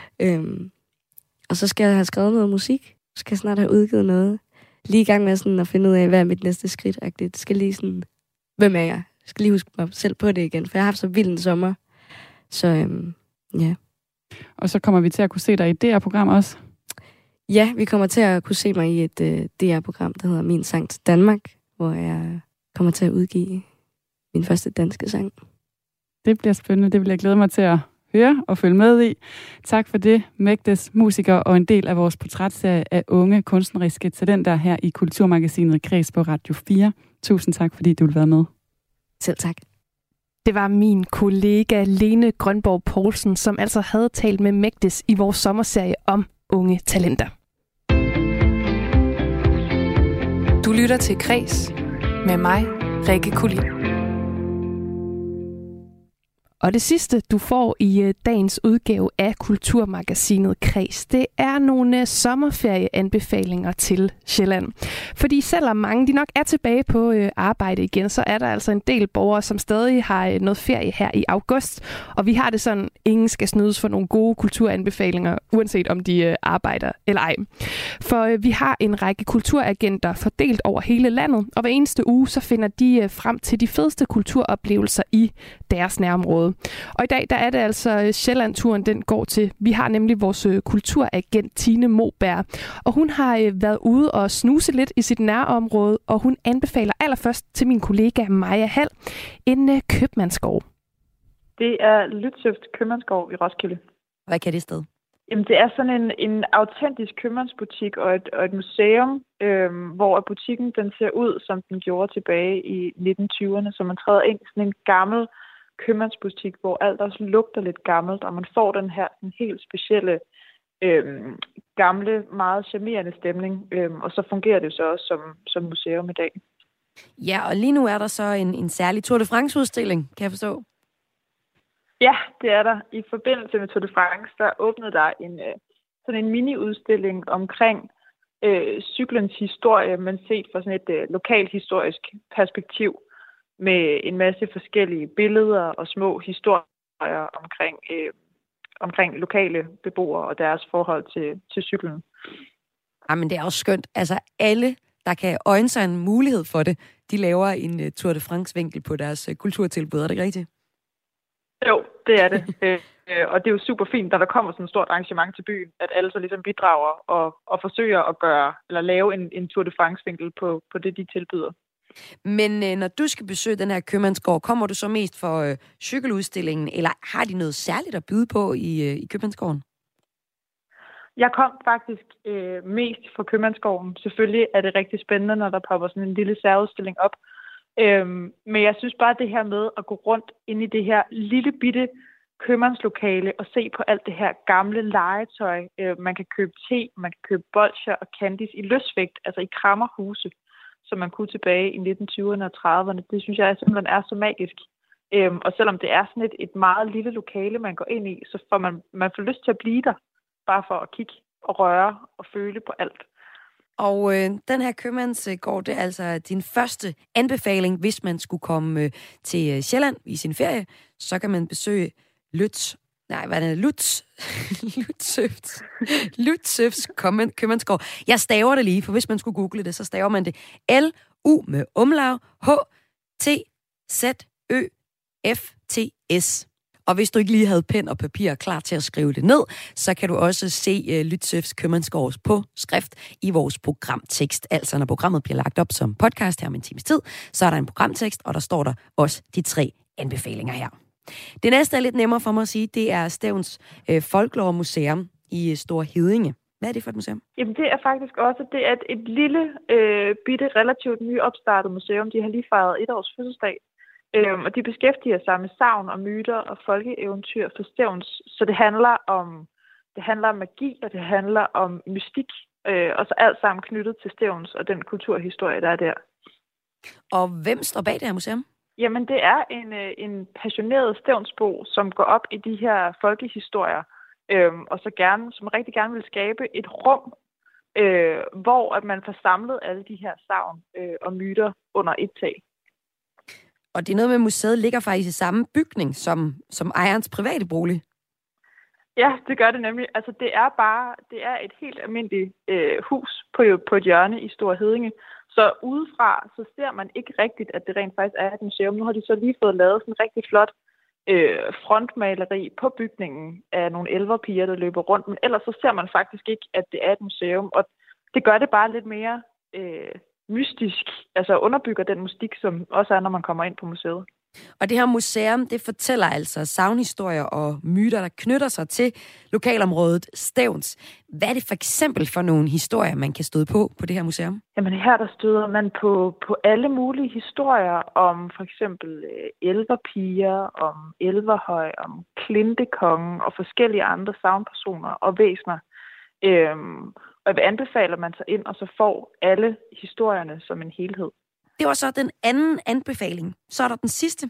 Og så skal jeg have skrevet noget musik. Så skal jeg snart have udgivet noget. Lige i gang med sådan at finde ud af, hvad er mit næste skridt. Det skal lige sådan, hvem er jeg? Jeg skal lige huske mig selv på det igen, for jeg har haft så vild en sommer. Så ja.
Og så kommer vi til at kunne se dig i et DR-program også?
Ja, vi kommer til at kunne se mig i et DR-program, der hedder Min Sang til Danmark, hvor jeg kommer til at udgive min første danske sang.
Det bliver spændende. Det vil jeg glæde mig til at høre og følge med i. Tak for det, Megdes, musiker og en del af vores portrætserie af unge kunstneriske talenter her i Kulturmagasinet Kreds på Radio 4. Tusind tak, fordi du vil være med.
Selv tak.
Det var min kollega Lene Grønborg Poulsen, som altså havde talt med Megdes i vores sommerserie om unge talenter.
Du lytter til Kreds med mig, Rikke Kulin.
Og det sidste, du får i dagens udgave af Kulturmagasinet Kreds, det er nogle sommerferieanbefalinger til Sjælland. Fordi selvom mange de nok er tilbage på arbejde igen, så er der altså en del borgere, som stadig har noget ferie her i august. Og vi har det sådan, ingen skal snydes for nogle gode kulturanbefalinger, uanset om de arbejder eller ej. For vi har en række kulturagenter fordelt over hele landet, og hver eneste uge så finder de frem til de fedeste kulturoplevelser i deres nærområde. Og i dag der er det altså Sjælland-turen, den går til. Vi har nemlig vores kulturagent Tine Moberg, og hun har været ude og snuse lidt i sit nærområde, og hun anbefaler allerførst til min kollega Maja Hall en købmandsgård.
Det er Lytøft Købmandsgård i Roskilde.
Hvad kan det sted?
Jamen, det er sådan en autentisk købmandsbutik og et museum, hvor butikken den ser ud, som den gjorde tilbage i 1920'erne, så man træder ind i sådan en gammel købmandsbutik, hvor alt også lugter lidt gammelt, og man får den her den helt specielle, gamle, meget charmerende stemning, og så fungerer det så også som museum i dag.
Ja, og lige nu er der så en særlig Tour de France-udstilling, kan jeg forstå?
Ja, det er der. I forbindelse med Tour de France, der åbnede der sådan en mini-udstilling omkring cyklens historie, men set fra sådan et lokalt historisk perspektiv, med en masse forskellige billeder og små historier omkring lokale beboere og deres forhold til cyklen.
Jamen, det er også skønt. Altså, alle, der kan øjne sig en mulighed for det, de laver en Tour de France-vinkel på deres kulturtilbud. Er det ikke rigtigt?
Jo, det er det. Og det er jo super fint, når der kommer sådan et stort arrangement til byen, at alle så ligesom bidrager og forsøger at gøre, eller lave en Tour de France-vinkel på det, de tilbyder.
Men når du skal besøge den her købmandsgård, kommer du så mest for cykeludstillingen, eller har de noget særligt at byde på i købmandsgården?
Jeg kom faktisk mest fra købmandsgården. Selvfølgelig er det rigtig spændende, når der popper sådan en lille særudstilling op. Men jeg synes bare, det her med at gå rundt ind i det her lille bitte købmandslokale og se på alt det her gamle legetøj. Man kan købe te, man kan købe bolsjer og candies i løsvægt, altså i krammerhuse, som man kunne tilbage i 1920'erne og 30'erne. Det synes jeg simpelthen er så magisk. Og selvom det er sådan et meget lille lokale, man går ind i, så får man får lyst til at blive der, bare for at kigge og røre og føle på alt.
Og den her købmandsgård, det er altså din første anbefaling, hvis man skulle komme til Sjælland i sin ferie, så kan man besøge Lutzøfts købmandsgård. Jeg staver det lige, for hvis man skulle google det, så staver man det L-U med umlaut H-T-Z-Ø-F-T-S. Og hvis du ikke lige havde pen og papir klar til at skrive det ned, så kan du også se Lutzøfts købmandsgård på skrift i vores programtekst. Altså når programmet bliver lagt op som podcast her om en times tid, så er der en programtekst, og der står der også de 3 anbefalinger her. Det næste er lidt nemmere for mig at sige, det er Stevns Folklore Museum i Store Heddinge. Hvad er det for et museum?
Jamen det er faktisk også, det er et lille, bitte, relativt nyopstartet museum. De har lige fejret 1 års fødselsdag. Og de beskæftiger sig med sagn og myter og folkeeventyr for Stevns. Så det handler om magi, og det handler om mystik. Og så alt sammen knyttet til Stevns og den kulturhistorie, der er der.
Og hvem står bag det her museum?
Jamen, det er en passioneret stevnsbo, som går op i de her folkehistorier, og som rigtig gerne vil skabe et rum, hvor at man får samlet alle de her sagn og myter under et tag.
Og det er noget med, at museet ligger faktisk i samme bygning som ejerens private bolig.
Ja, det gør det nemlig. Altså, det er et helt almindeligt hus på et hjørne i Store Heddinge. Så udefra, så ser man ikke rigtigt, at det rent faktisk er et museum. Nu har de så lige fået lavet sådan en rigtig flot frontmaleri på bygningen af nogle elverpiger, der løber rundt. Men ellers så ser man faktisk ikke, at det er et museum. Og det gør det bare lidt mere mystisk. Altså underbygger den mystik, som også er, når man kommer ind på museet.
Og det her museum, det fortæller altså sagnhistorier og myter, der knytter sig til lokalområdet Stevns. Hvad er det for eksempel for nogle historier, man kan støde på det her museum?
Jamen her der støder man på alle mulige historier om for eksempel elverpiger, om Elverhøj, om Klintekongen og forskellige andre sagnpersoner og væsener. Og jeg vil anbefale, at man tager ind og så får alle historierne som en helhed.
Det var så den anden anbefaling. Så er der den sidste.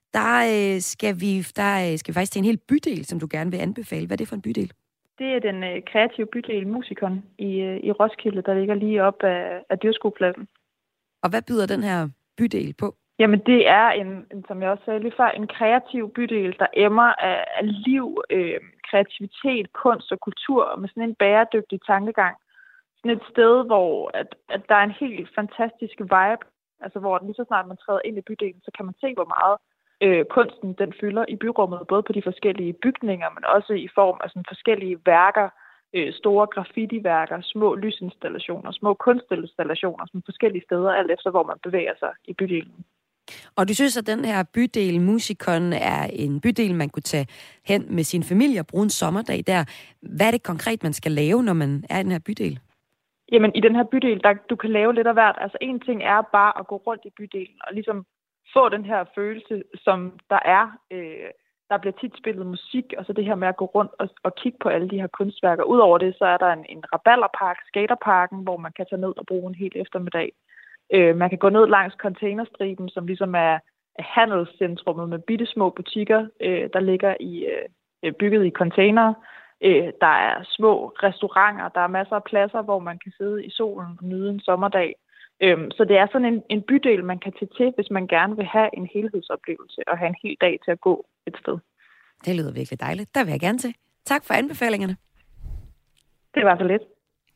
Der skal vi faktisk til en hel bydel, som du gerne vil anbefale. Hvad er det for en bydel?
Det er den kreative bydel Musikon i Roskilde, der ligger lige op af Dyrskuepladsen.
Og hvad byder den her bydel på?
Jamen det er som jeg også sagde lige før, en kreativ bydel, der emmer af liv, kreativitet, kunst og kultur med sådan en bæredygtig tankegang. Sådan et sted, hvor at der er en helt fantastisk vibe. Altså hvor lige så snart man træder ind i bydelen, så kan man se, hvor meget kunsten den fylder i byrummet, både på de forskellige bygninger, men også i form af sådan forskellige værker, store graffiti-værker, små lysinstallationer, små kunstinstallationer, sådan forskellige steder, alt efter hvor man bevæger sig i bydelen.
Og du synes, at den her bydel Musikon er en bydel, man kunne tage hen med sin familie og bruge en sommerdag der. Hvad er det konkret, man skal lave, når man er i den her bydel?
Jamen, i den her bydel, du kan lave lidt af hvert. Altså, en ting er bare at gå rundt i bydelen og ligesom få den her følelse, som der er. Der bliver tit spillet musik, og så det her med at gå rundt og kigge på alle de her kunstværker. Udover det, så er der en rabalderpark, skaterparken, hvor man kan tage ned og bruge en hel eftermiddag. Man kan gå ned langs containerstriben, som ligesom er handelscentrummet med bittesmå butikker, der ligger bygget i containere. Der er små restauranter, der er masser af pladser, hvor man kan sidde i solen og nyde en sommerdag. Så det er sådan en bydel, man kan tage til, hvis man gerne vil have en helhedsoplevelse og have en hel dag til at gå et sted.
Det lyder virkelig dejligt. Der vil jeg gerne til. Tak for anbefalingerne.
Det var så lidt.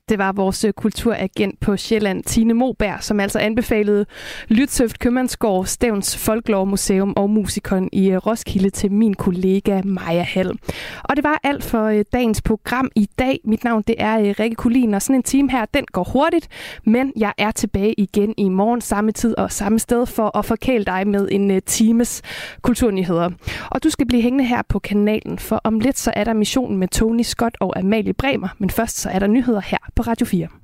Det var vores kulturagent på Sjælland, Tine Moberg, som altså anbefalede Lytøft Købmandsgård, Stevns Folklore-museum og musikon i Roskilde til min kollega Maja Hall. Og det var alt for dagens program i dag. Mit navn det er Rikke Kulin, og sådan en time her, den går hurtigt, men jeg er tilbage igen i morgen samme tid og samme sted for at forkæle dig med en times kulturnyheder. Og du skal blive hængende her på kanalen, for om lidt så er der missionen med Tony Scott og Amalie Bremer, men først så er der nyheder her på Radio 4.